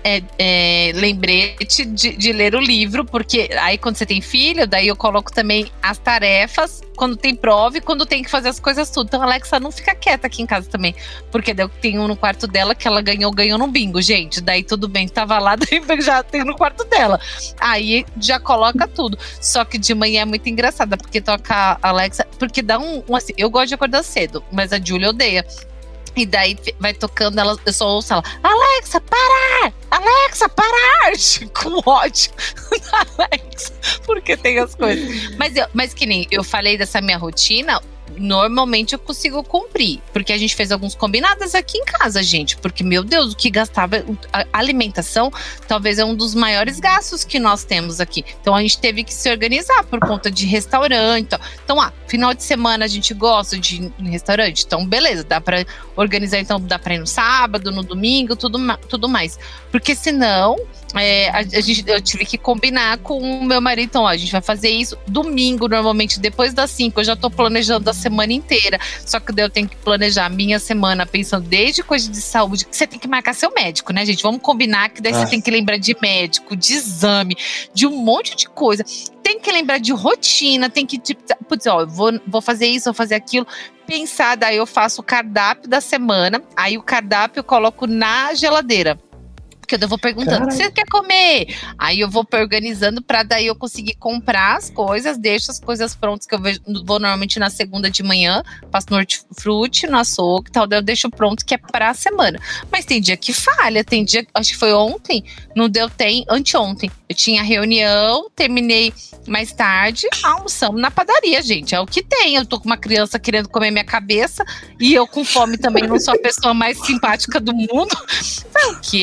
Lembrete de ler o livro, porque aí quando você tem filho, daí eu coloco também as tarefas, quando tem prova e quando tem que fazer as coisas tudo. Então a Alexa não fica quieta aqui em casa também. Porque daí eu tenho no quarto dela que ela ganhou no bingo, gente. Daí tudo bem, tava lá, daí já tenho no quarto dela. Aí já coloca tudo. Só que de manhã é muito engraçada, porque toca a Alexa, porque dá assim, eu gosto de acordar cedo, mas a Júlia odeia. E daí vai tocando, eu só ouço ela, Alexa, parar! Alexa, parar! Com ódio da Alexa, porque tem as coisas. Mas que nem eu falei dessa minha rotina, normalmente eu consigo cumprir, porque a gente fez alguns combinados aqui em casa, gente, porque, meu Deus, o que gastava, a alimentação talvez é um dos maiores gastos que nós temos aqui, então a gente teve que se organizar por conta de restaurante, então, final de semana a gente gosta de ir em restaurante, então beleza, dá pra organizar, então dá pra ir no sábado, no domingo, tudo mais, porque senão eu tive que combinar com o meu marido, então a gente vai fazer isso domingo, normalmente depois das 5, eu já tô planejando a semana inteira, só que daí eu tenho que planejar a minha semana pensando desde coisa de saúde, que você tem que marcar seu médico, né, gente? Vamos combinar que daí você tem que lembrar de médico, de exame, de um monte de coisa, tem que lembrar de rotina, tem que, eu vou fazer isso, vou fazer aquilo, pensar, daí eu faço o cardápio da semana, aí o cardápio eu coloco na geladeira. Eu vou perguntando, o que você quer comer? Aí eu vou organizando pra daí eu conseguir comprar as coisas, deixo as coisas prontas, que eu vou normalmente na segunda de manhã, passo no hortifruti, no açougue e tal, daí eu deixo pronto que é pra semana. Mas tem dia que falha, tem dia, acho que foi ontem, não deu anteontem. Eu tinha reunião, terminei mais tarde, almoçamos na padaria, gente, é o que tem. Eu tô com uma criança querendo comer minha cabeça e eu com fome também, não sou a pessoa mais simpática do mundo. Então, o quê? Já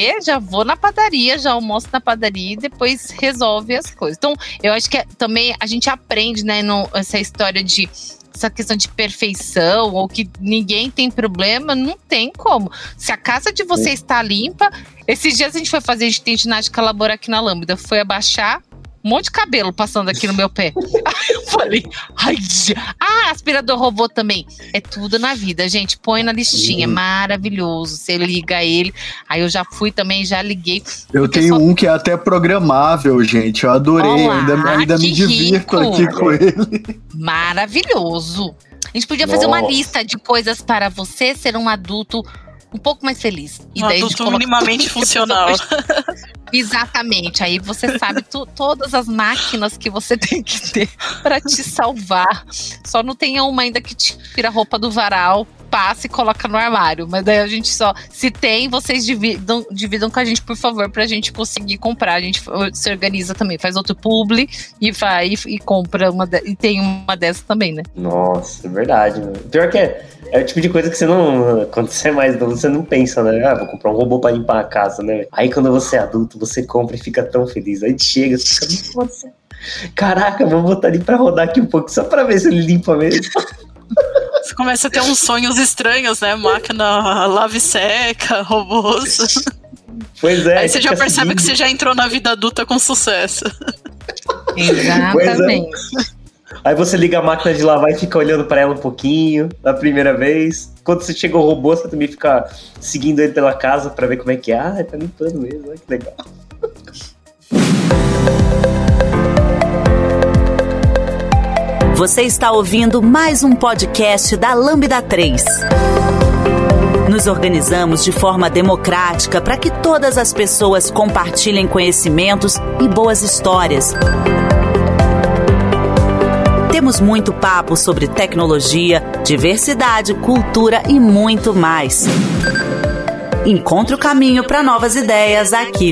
vou na padaria, já almoço na padaria e depois resolve as coisas. Então, eu acho que também a gente aprende, né, essa história de essa questão de perfeição ou que ninguém tem problema, não tem como. Se a casa de você está limpa, esses dias a gente foi fazer, a gente tem ginástica laboral aqui na Lambda, foi abaixar, um monte de cabelo passando aqui no meu pé. Aí eu falei, aspirador robô também. É tudo na vida, gente. Põe na listinha, maravilhoso. Você liga ele. Aí eu já fui também, já liguei. Eu tenho um que é até programável, gente. Eu adorei. Olá, ainda me divirto aqui com ele. Maravilhoso. A gente podia fazer uma lista de coisas para você ser um adulto um pouco mais feliz. E daí adulto minimamente funcional. Exatamente. Aí você sabe todas as máquinas que você tem que ter para te salvar. Só não tenha uma ainda que tira a roupa do varal, passa e coloca no armário. Mas daí a gente só... Se tem, vocês dividam com a gente, por favor, pra gente conseguir comprar. A gente se organiza também. Faz outro publi e vai e compra uma e tem uma dessa também, né? Nossa, é verdade. Mano. Pior que é o tipo de coisa que você não... Quando você é mais novo, você não pensa, né? Vou comprar um robô pra limpar a casa, né? Aí quando você é adulto, você compra e fica tão feliz. Aí chega, você fica... Nossa, caraca, vou botar ali pra rodar aqui um pouco, só pra ver se ele limpa mesmo. Você começa a ter uns sonhos estranhos, né? Máquina lava e seca, robôs. Pois é. Aí você já percebe que você já entrou na vida adulta com sucesso. Exatamente. Aí você liga a máquina de lavar e fica olhando pra ela um pouquinho, na primeira vez. Quando você chega ao robô, você também fica seguindo ele pela casa pra ver como é que é. Ah, tá limpando mesmo, olha que legal. Você está ouvindo mais um podcast da Lambda 3. Nos organizamos de forma democrática para que todas as pessoas compartilhem conhecimentos e boas histórias. Temos muito papo sobre tecnologia, diversidade, cultura e muito mais. Encontre o caminho para novas ideias aqui.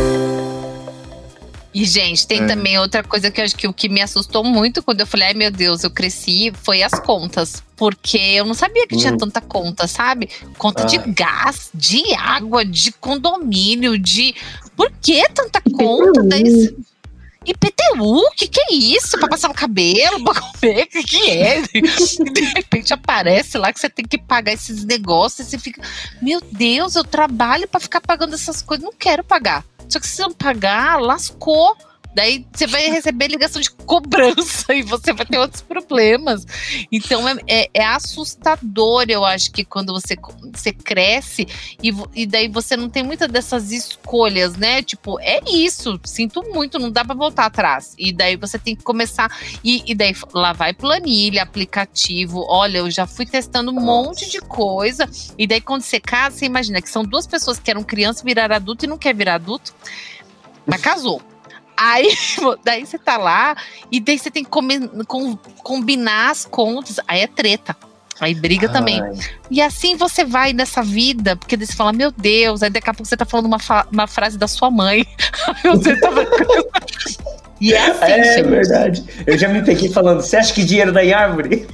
E, gente, tem também outra coisa que eu acho que o que me assustou muito quando eu falei, ai meu Deus, eu cresci, foi as contas. Porque eu não sabia que tinha tanta conta, sabe? Conta de gás, de água, de condomínio, de... Por que tanta conta? IPTU? Que é isso? Pra passar no cabelo, pra comer? Que é? E de repente aparece lá que você tem que pagar esses negócios e você fica, meu Deus, eu trabalho pra ficar pagando essas coisas, não quero pagar. Só que se você não pagar, lascou. Daí você vai receber ligação de cobrança e você vai ter outros problemas. Então é assustador, eu acho, que quando você cresce e daí você não tem muitas dessas escolhas, né? Tipo, é isso, sinto muito, não dá pra voltar atrás. E daí você tem que começar, e daí lá vai planilha, aplicativo. Olha, eu já fui testando um monte de coisa. E daí quando você casa, você imagina que são duas pessoas que eram criança, viraram adulto e não quer virar adulto, mas casou. Aí, daí você tá lá e daí você tem que combinar as contas. Aí é treta. Aí briga também. E assim você vai nessa vida, porque daí você fala, meu Deus, aí daqui a pouco você tá falando uma frase da sua mãe. Você tá... E é assim, é verdade. Eu já me peguei falando, você acha que dinheiro dá em árvore?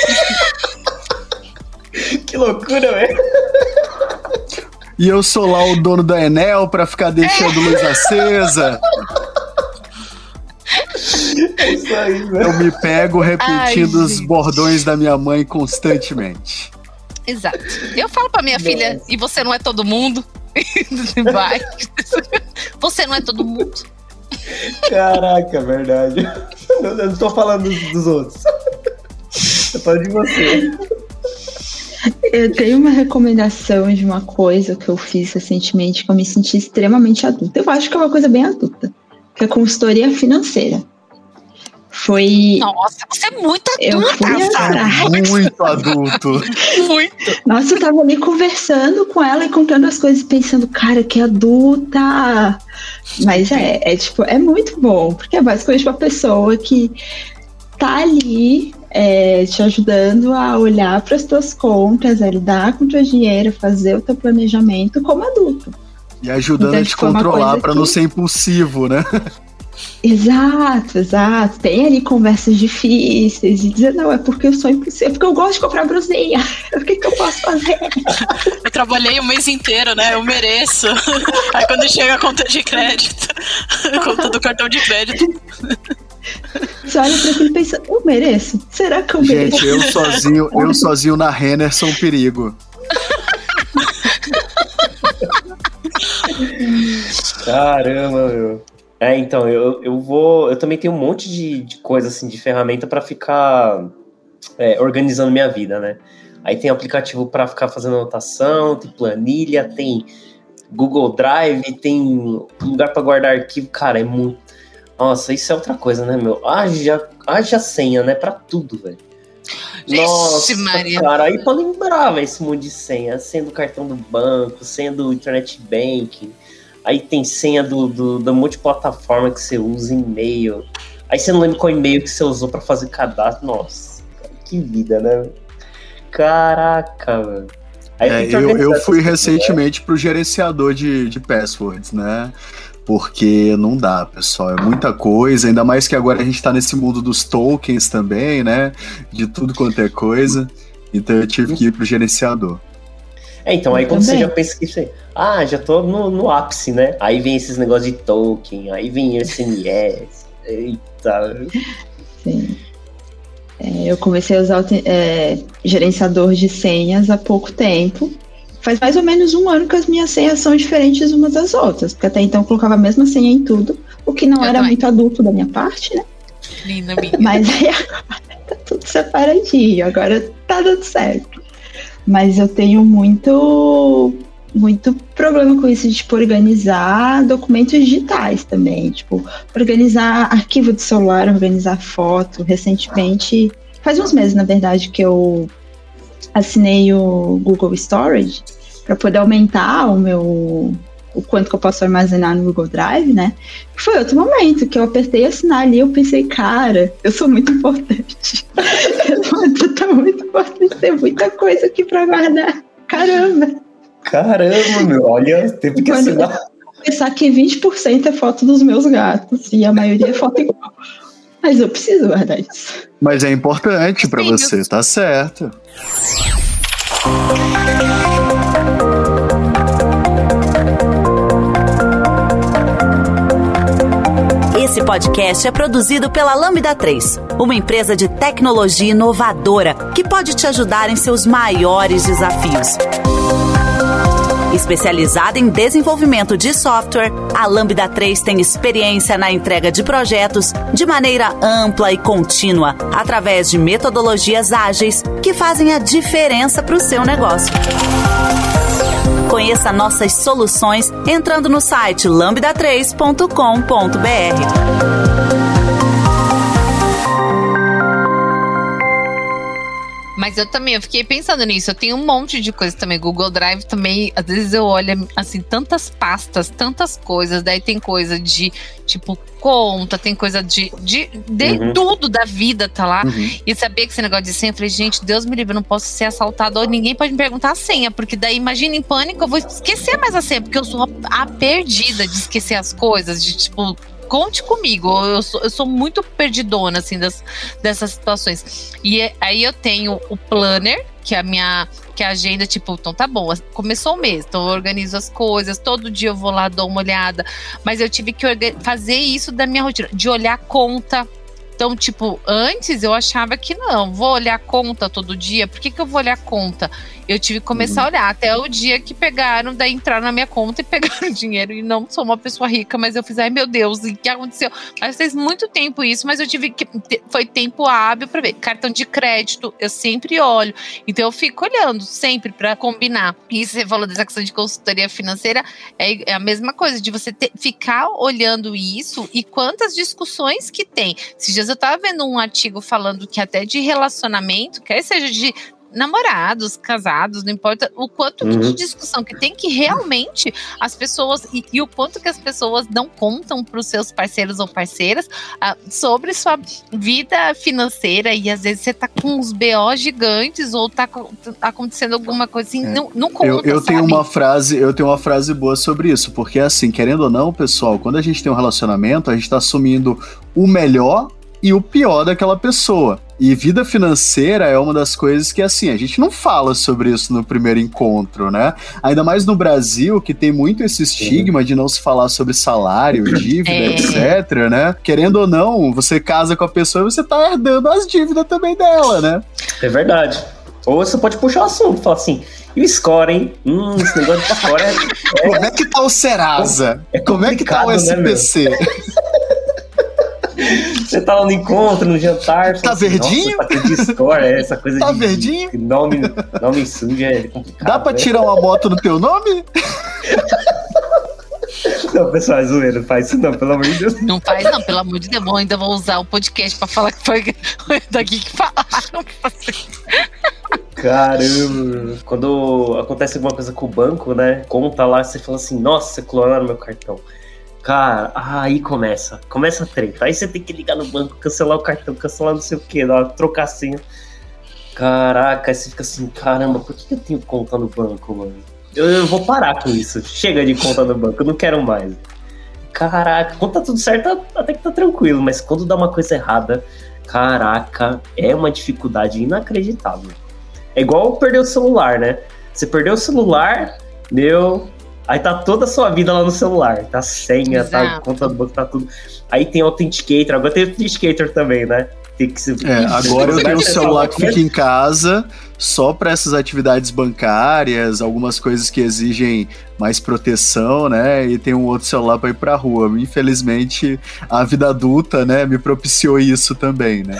Que loucura, velho. E eu sou lá o dono da Enel pra ficar deixando luz acesa. É isso aí, velho. Eu me pego repetindo os bordões da minha mãe constantemente. Exato. Eu falo pra minha filha, e você não é todo mundo. Vai. Você não é todo mundo. Caraca, verdade. Eu não tô falando dos outros. Eu falo de você. Eu tenho uma recomendação de uma coisa que eu fiz recentemente que eu me senti extremamente adulta. Eu acho que é uma coisa bem adulta, que é consultoria financeira. Foi... Nossa, você é muito adulta, muito adulto. Muito. Nossa, eu tava ali conversando com ela e contando as coisas, pensando, cara, que adulta. Mas tipo, é muito bom, porque é basicamente uma pessoa que tá ali te ajudando a olhar para as tuas contas, a lidar com o teu dinheiro, fazer o teu planejamento como adulto. E ajudando então, a te controlar para não ser impulsivo, né? Exato. Tem ali conversas difíceis e dizer, não, é porque eu sou impossível, é porque eu gosto de comprar brusinha. O que eu posso fazer? Eu trabalhei o mês inteiro, né? Eu mereço. Aí quando chega a conta de crédito, conta do cartão de crédito. Você olha pra aquilo e pensa, eu mereço? Será que eu mereço? Gente, eu sozinho na Renner sou um perigo. Caramba, meu. Então, eu também tenho um monte de coisa, assim, de ferramenta pra ficar organizando minha vida, né? Aí tem aplicativo pra ficar fazendo anotação, tem planilha, tem Google Drive, tem lugar pra guardar arquivo, cara, é muito... Nossa, isso é outra coisa, né, meu? Haja senha, né, pra tudo, velho. Nossa, Maria. Cara, aí pra lembrar, velho, esse monte de senha do cartão do banco, senha do internet banking, aí tem senha da multiplataforma que você usa, e-mail, aí você não lembra qual e-mail que você usou pra fazer cadastro. Nossa, cara, que vida, né? Caraca, velho. Eu fui recentemente pro gerenciador de passwords, né? Porque não dá, pessoal, é muita coisa, ainda mais que agora a gente tá nesse mundo dos tokens também, né? De tudo quanto é coisa. Então eu tive que ir pro gerenciador. Então, aí quando você já pensa que você... já tô no ápice, né? Aí vem esses negócios de token, aí vem SMS. Eita. Sim. Eu comecei a usar o gerenciador de senhas há pouco tempo. Faz mais ou menos 1 ano que as minhas senhas são diferentes umas das outras, porque até então eu colocava a mesma senha em tudo, o que não era muito adulto da minha parte, né? Linda. Mas aí agora tá tudo separadinho, agora tá dando certo. Mas eu tenho muito problema com isso de, tipo, organizar documentos digitais também, tipo, organizar arquivo de celular, organizar foto. Recentemente, faz uns meses, na verdade, que eu assinei o Google Storage para poder aumentar o quanto que eu posso armazenar no Google Drive, né? Foi outro momento que eu apertei assinar ali, eu pensei, cara, eu sou muito importante. Tá muito importante, tem muita coisa aqui para guardar. Caramba, meu, olha, teve que assinar. Pensar que 20% é foto dos meus gatos e a maioria é foto igual. Mas eu preciso guardar isso. Mas é importante para você, tá certo. Esse podcast é produzido pela Lambda 3, uma empresa de tecnologia inovadora que pode te ajudar em seus maiores desafios. Especializada em desenvolvimento de software, a Lambda 3 tem experiência na entrega de projetos de maneira ampla e contínua, através de metodologias ágeis que fazem a diferença para o seu negócio. Conheça nossas soluções entrando no site lambda3.com.br. Mas eu fiquei pensando nisso, eu tenho um monte de coisa também, Google Drive também, às vezes eu olho, assim, tantas pastas, tantas coisas, daí tem coisa de, tipo, conta, tem coisa de tudo da vida tá lá, e sabia que esse negócio de senha, eu falei, gente, Deus me livre, eu não posso ser assaltado, ou ninguém pode me perguntar a senha, porque daí, imagina, em pânico, eu vou esquecer mais a senha, porque eu sou a perdida de esquecer as coisas, de, tipo... Conte comigo, eu sou muito perdidona, assim, dessas situações. E aí eu tenho o planner, que é a agenda, tipo, então tá bom, começou o mês, então eu organizo as coisas, todo dia eu vou lá, dou uma olhada, mas eu tive que fazer isso da minha rotina, de olhar a conta. Então, tipo, antes eu achava que não, vou olhar a conta todo dia, por que eu vou olhar a conta? Eu tive que começar a olhar até o dia que daí entraram na minha conta e pegaram o dinheiro, e não sou uma pessoa rica, mas eu fiz, ai meu Deus, o que aconteceu? Mas fez muito tempo isso, mas eu tive que, foi tempo hábil pra ver, cartão de crédito, eu sempre olho, então eu fico olhando sempre pra combinar. E você falou dessa questão de consultoria financeira, é a mesma coisa, de você ficar olhando isso, e quantas discussões que tem. Esses dias eu tava vendo um artigo falando que até de relacionamento, quer seja namorados, casados, não importa o quanto de discussão que tem, que realmente as pessoas, e o quanto que as pessoas não contam para os seus parceiros ou parceiras sobre sua vida financeira, e às vezes você tá com uns BO gigantes ou tá acontecendo alguma coisa assim, não conta, eu tenho uma frase boa sobre isso, porque assim, querendo ou não, pessoal, quando a gente tem um relacionamento, a gente tá assumindo o melhor e o pior daquela pessoa. E vida financeira é uma das coisas que, assim, a gente não fala sobre isso no primeiro encontro, né? Ainda mais no Brasil, que tem muito esse estigma de não se falar sobre salário, dívida, etc, né? Querendo ou não, você casa com a pessoa e você tá herdando as dívidas também dela, né? É verdade. Ou você pode puxar o assunto, falar assim, e o score, hein? Esse negócio de score Como é que tá o Serasa? Como é que tá o SPC? Né, você tá lá no encontro, no jantar. Tá assim, verdinho? Nossa, de score, essa coisa tá de verdinho? Nome sujo é complicado. Dá pra tirar uma moto no teu nome? Não, pessoal, é zoeira, não faz isso não, pelo amor de Deus. Não faz não, pelo amor de Deus, eu ainda vou usar o podcast pra falar que foi daqui que falaram. Caramba, quando acontece alguma coisa com o banco, né, conta lá, você fala assim, nossa, clonaram meu cartão. Cara, aí começa a treta. Aí você tem que ligar no banco, cancelar o cartão, cancelar não sei o que, trocar a senha. Caraca, aí você fica assim, caramba, por que eu tenho conta no banco, mano? Eu vou parar com isso. Chega de conta no banco, eu não quero mais. Caraca, quando tá tudo certo, até que tá tranquilo, mas quando dá uma coisa errada, caraca, é uma dificuldade inacreditável. É igual perder o celular, né? Você perdeu o celular, aí tá toda a sua vida lá no celular. Tá a senha, tá a conta do banco, tá tudo. Aí tem Authenticator, agora tem Authenticator também, né? Tem que se... agora eu tenho um celular que fica em casa só para essas atividades bancárias, algumas coisas que exigem mais proteção, né? E tem um outro celular para ir pra rua. Infelizmente, a vida adulta, né, me propiciou isso também, né?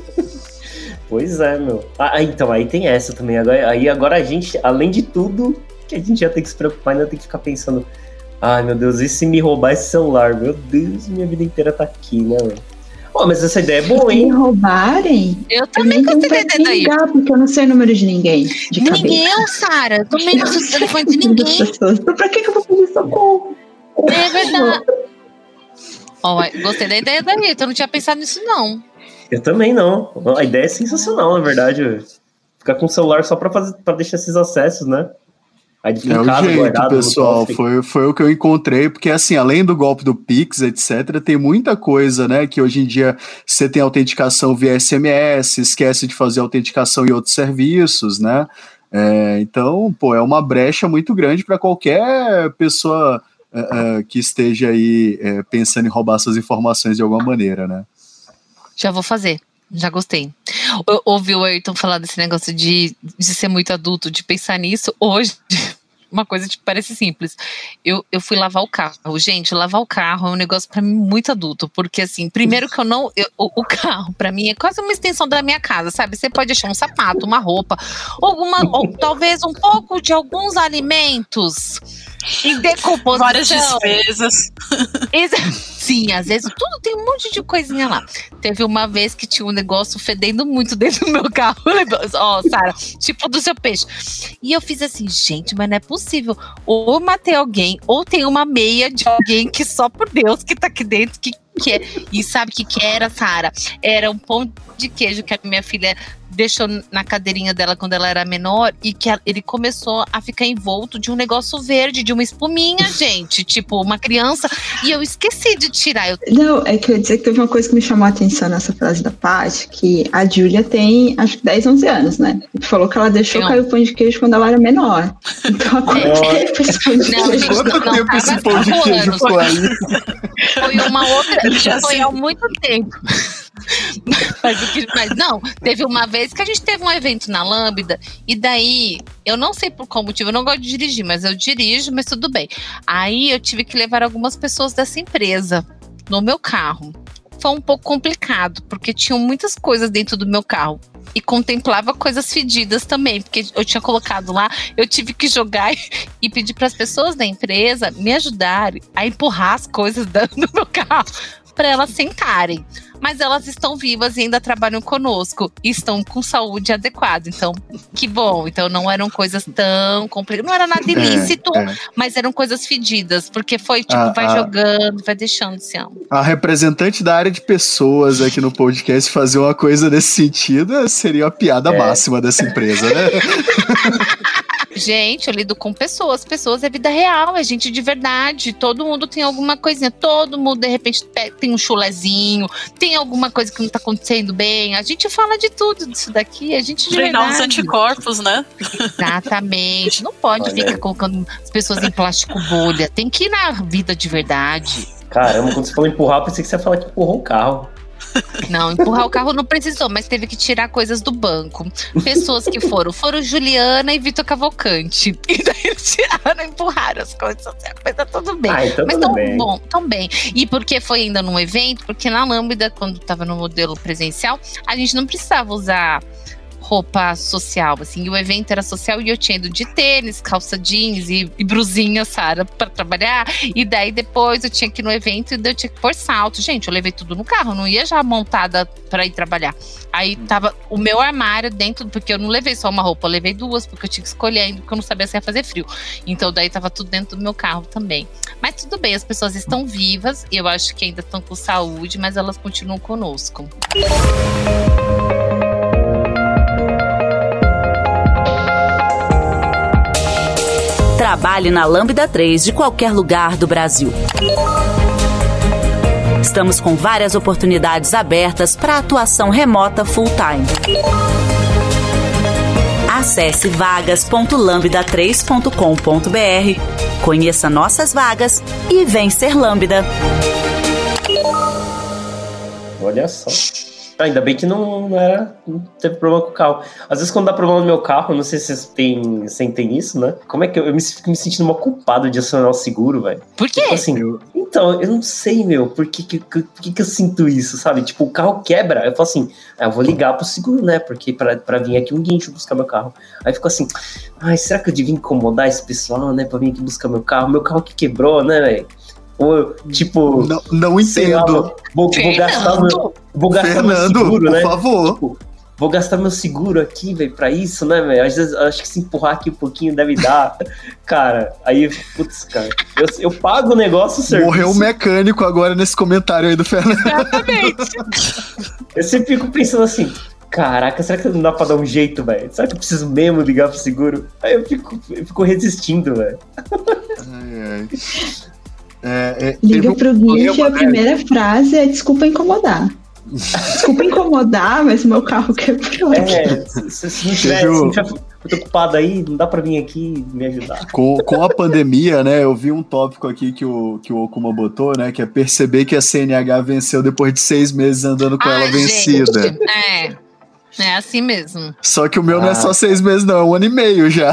Pois é, meu. Então, aí tem essa também. Agora a gente, além de tudo, que a gente já tem que se preocupar, ainda tem que ficar pensando, ai meu Deus, e se me roubar esse celular? Meu Deus, minha vida inteira tá aqui, né? Mas essa ideia é boa, hein? Se me roubarem, eu também gostei da ideia daí. Porque eu não sei o número de ninguém. Ninguém, Sara. Eu também não sei o telefone de ninguém. Pra que eu vou pedir socorro? É verdade. Gostei da ideia daí. Eu não tinha pensado nisso, não. Eu também não. A ideia é sensacional, na verdade. Ficar com o celular só pra deixar esses acessos, né? É o jeito, pessoal, foi o que eu encontrei, porque assim, além do golpe do Pix, etc, tem muita coisa, né, que hoje em dia você tem autenticação via SMS, esquece de fazer autenticação em outros serviços, né, então, é uma brecha muito grande para qualquer pessoa que esteja aí pensando em roubar suas informações de alguma maneira, né. Já vou fazer. Já gostei. Eu ouvi o Ayrton falar desse negócio de ser muito adulto, de pensar nisso. Hoje, uma coisa que parece simples. Eu fui lavar o carro. Gente, lavar o carro é um negócio pra mim muito adulto. Porque assim, primeiro que o carro pra mim é quase uma extensão da minha casa, sabe? Você pode deixar um sapato, uma roupa, ou talvez um pouco de alguns alimentos em decomposição. Várias despesas. Sim, às vezes tudo tem um monte de coisinha lá. Teve uma vez que tinha um negócio fedendo muito dentro do meu carro. Sara, tipo do seu peixe. E eu fiz assim, gente, mas não é possível. Ou eu matei alguém, ou tem uma meia de alguém que só por Deus que tá aqui dentro, que é. E sabe o que era, Sara? Era um pão de queijo que a minha filha deixou na cadeirinha dela quando ela era menor e que ele começou a ficar envolto de um negócio verde, de uma espuminha, gente, tipo uma criança, e eu esqueci de tirar. Não, é que eu ia dizer que teve uma coisa que me chamou a atenção nessa frase da Paty, que a Júlia tem, acho que 10, 11 anos, né? Falou que ela deixou cair o pão de queijo quando ela era menor. Então, tempo esse pão de queijo? Quanto tempo esse pão de queijo ficou aí? Foi uma outra, foi há muito tempo. Mas não, teve uma vez que a gente teve um evento na Lambda e daí, eu não sei por qual motivo, eu não gosto de dirigir, mas eu dirijo, mas tudo bem. Aí eu tive que levar algumas pessoas dessa empresa no meu carro. Foi um pouco complicado, porque tinham muitas coisas dentro do meu carro e contemplava coisas fedidas também, porque eu tinha colocado lá, eu tive que jogar e pedir para as pessoas da empresa me ajudarem a empurrar as coisas do meu carro. para elas sentarem. Mas elas estão vivas e ainda trabalham conosco. E estão com saúde adequada. Então, que bom. Então, não eram coisas tão complicadas. Não era nada ilícito, mas eram coisas fedidas. Porque foi tipo, vai jogando, vai deixando esse ano. A representante da área de pessoas aqui no podcast fazer uma coisa nesse sentido seria a piada máxima dessa empresa, né? Gente, eu lido com pessoas. Pessoas é vida real, é gente de verdade. Todo mundo tem alguma coisinha. Todo mundo, de repente, tem um chulezinho. Tem alguma coisa que não tá acontecendo bem. A gente fala de tudo disso daqui. A gente de treinar verdade. Os anticorpos, né? Exatamente. Não pode ficar colocando as pessoas em plástico bolha. Tem que ir na vida de verdade. Caramba, quando você falou empurrar, eu pensei que você ia falar que empurrou um carro. Não, empurrar o carro não precisou, mas teve que tirar coisas do banco. Pessoas que foram Juliana e Vitor Cavalcante. E daí eles tiraram, empurraram as coisas, mas tá tudo bem. Então mas tudo bem. Bom, tão bem. E porque foi ainda num evento, porque na Lambda, quando tava no modelo presencial, a gente não precisava usar roupa social, assim, e o evento era social e eu tinha ido de tênis, calça jeans e brusinha, Sara, pra trabalhar, e daí depois eu tinha que ir no evento e eu tinha que pôr salto. Gente, eu levei tudo no carro, não ia já montada pra ir trabalhar. Aí tava o meu armário dentro, porque eu não levei só uma roupa, eu levei duas, porque eu tinha que escolher ainda, porque eu não sabia se ia fazer frio. Então daí tava tudo dentro do meu carro também. Mas tudo bem, as pessoas estão vivas, e eu acho que ainda estão com saúde, mas elas continuam conosco. Trabalhe na Lambda 3 de qualquer lugar do Brasil. Estamos com várias oportunidades abertas para atuação remota full-time. Acesse vagas.lambda3.com.br, conheça nossas vagas e vem ser Lambda. Olha só. Ainda bem que não teve problema com o carro. Às vezes quando dá problema no meu carro, eu não sei se vocês sentem isso, né? Como é que eu fico me sentindo uma culpada de acionar o seguro, velho? Por quê? Tipo assim, então, eu não sei, meu, por que eu sinto isso, sabe? Tipo, o carro quebra, eu falo assim, eu vou ligar pro seguro, né? Porque pra vir aqui um guincho buscar meu carro. Aí eu fico assim, será que eu devia incomodar esse pessoal, né? Pra vir aqui buscar meu carro? Meu carro que quebrou, né, velho? Ou, tipo... Não entendo. Lá, vou gastar meu Fernando, seguro, né? Por favor. Tipo, vou gastar meu seguro aqui, velho, pra isso, né, velho? Às vezes, acho que se empurrar aqui um pouquinho deve dar. Cara, aí, putz, cara, eu pago o negócio, o serviço. Morreu um mecânico agora nesse comentário aí do Fernando. Exatamente. Eu sempre fico pensando assim, caraca, será que não dá pra dar um jeito, velho? Será que eu preciso mesmo ligar pro seguro? Aí eu fico resistindo, velho. Liga pro guincho e a primeira frase é desculpa incomodar. Desculpa incomodar, mas meu carro quebrou. Se não tiver preocupado aí, não dá pra vir aqui me ajudar. Com a pandemia, né, eu vi um tópico aqui que o Okuma botou, né, que é perceber que a CNH venceu depois de 6 meses andando com ela vencida. Gente, é assim mesmo. Só que o meu não é só 6 meses não, é 1 ano e meio já.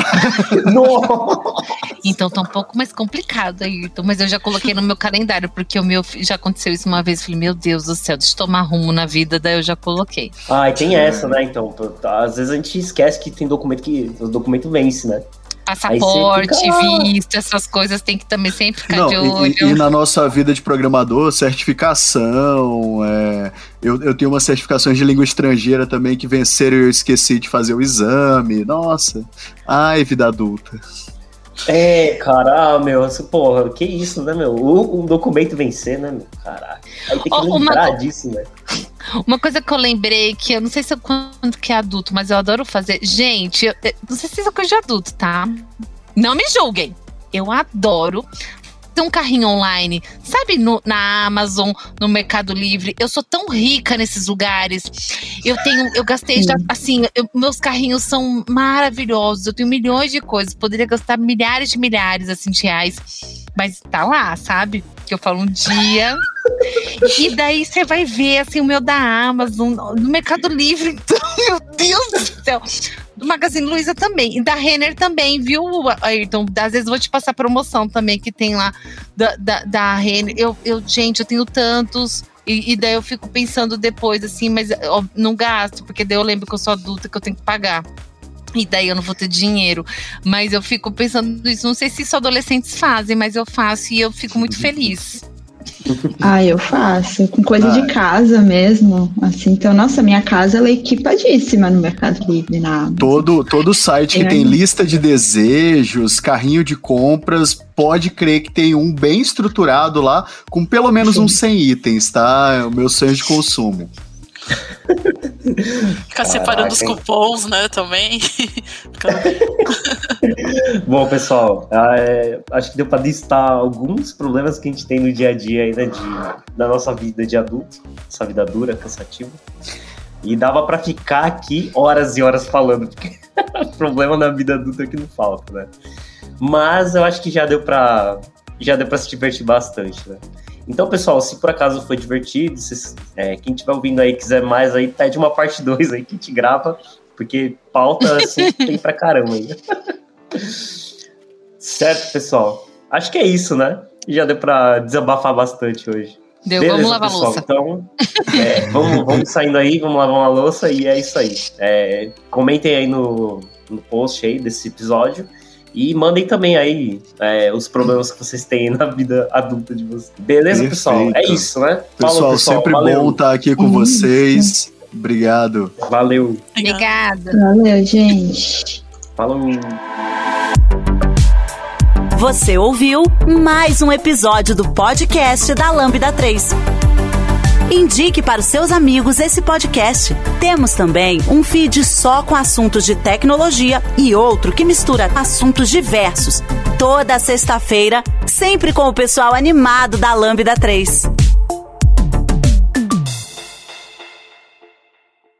Então tá um pouco mais complicado, Ayrton. Mas eu já coloquei no meu calendário, porque o meu já aconteceu isso uma vez. Falei, meu Deus do céu, deixa eu tomar rumo na vida. Daí eu já coloquei. E tem essa, né? Então, às vezes a gente esquece que tem documento que o documento vence, né? Passaporte, visto, essas coisas tem que também sempre ficar de olho. E na nossa vida de programador, certificação, eu tenho umas certificações de língua estrangeira também que venceram e eu esqueci de fazer o exame. Nossa, vida adulta. Cara, meu, porra, que isso, né, meu? O documento vencer, né, meu? Caraca. Aí tem que lembrar disso, né? Uma coisa que eu lembrei, que eu não sei se é quanto que é adulto, mas eu adoro fazer. Gente, não sei se isso é coisa de adulto, tá? Não me julguem. Eu adoro ter um carrinho online, sabe, na Amazon, no Mercado Livre. Eu sou tão rica nesses lugares. Eu gastei já, assim, meus carrinhos são maravilhosos. Eu tenho milhões de coisas. Poderia gastar milhares, assim, de reais. Mas tá lá, sabe? Que eu falo um dia. E daí você vai ver, assim, o meu da Amazon, no Mercado Livre. Então, meu Deus do céu. Do Magazine Luiza também. E da Renner também, viu, Ayrton? Às vezes eu vou te passar promoção também que tem lá da Renner. Gente, eu tenho tantos. E daí eu fico pensando depois, assim, mas eu não gasto, porque daí eu lembro que eu sou adulta, que eu tenho que pagar. E daí eu não vou ter dinheiro. Mas eu fico pensando nisso. Não sei se isso adolescentes fazem, mas eu faço e eu fico muito feliz. Eu faço, com coisa de casa mesmo, assim, então, nossa, minha casa, ela é equipadíssima no Mercado Livre, Todo site que tem lista de desejos, carrinho de compras, pode crer que tem um bem estruturado lá, com pelo menos uns 100 itens, tá? É o meu sonho de consumo. Ficar separando os cupons, né, também. Bom, pessoal, acho que deu para listar alguns problemas que a gente tem no dia a dia ainda da nossa vida de adulto, essa vida dura, cansativa. E dava para ficar aqui horas e horas falando, porque problema na vida adulta que não falta, né? Mas eu acho que já deu para se divertir bastante, né? Então, pessoal, se por acaso foi divertido, quem estiver ouvindo aí quiser mais aí, pede uma parte 2 aí que a gente grava, porque pauta assim tem pra caramba ainda. Certo, pessoal? Acho que é isso, né? Já deu pra desabafar bastante hoje. Deu, beleza, vamos lavar pessoal? a louça. Então, vamos saindo aí, vamos lavar uma louça e é isso aí. Comentem aí no post aí desse episódio. E mandem também aí os problemas que vocês têm na vida adulta de vocês. Beleza, perfeito, pessoal? É isso, né? Pessoal, sempre bom estar aqui com vocês. Obrigado. Valeu. Obrigada. Valeu, gente. Falou. Você ouviu mais um episódio do podcast da Lambda 3. Indique para os seus amigos esse podcast. Temos também um feed só com assuntos de tecnologia e outro que mistura assuntos diversos. Toda sexta-feira, sempre com o pessoal animado da Lambda 3.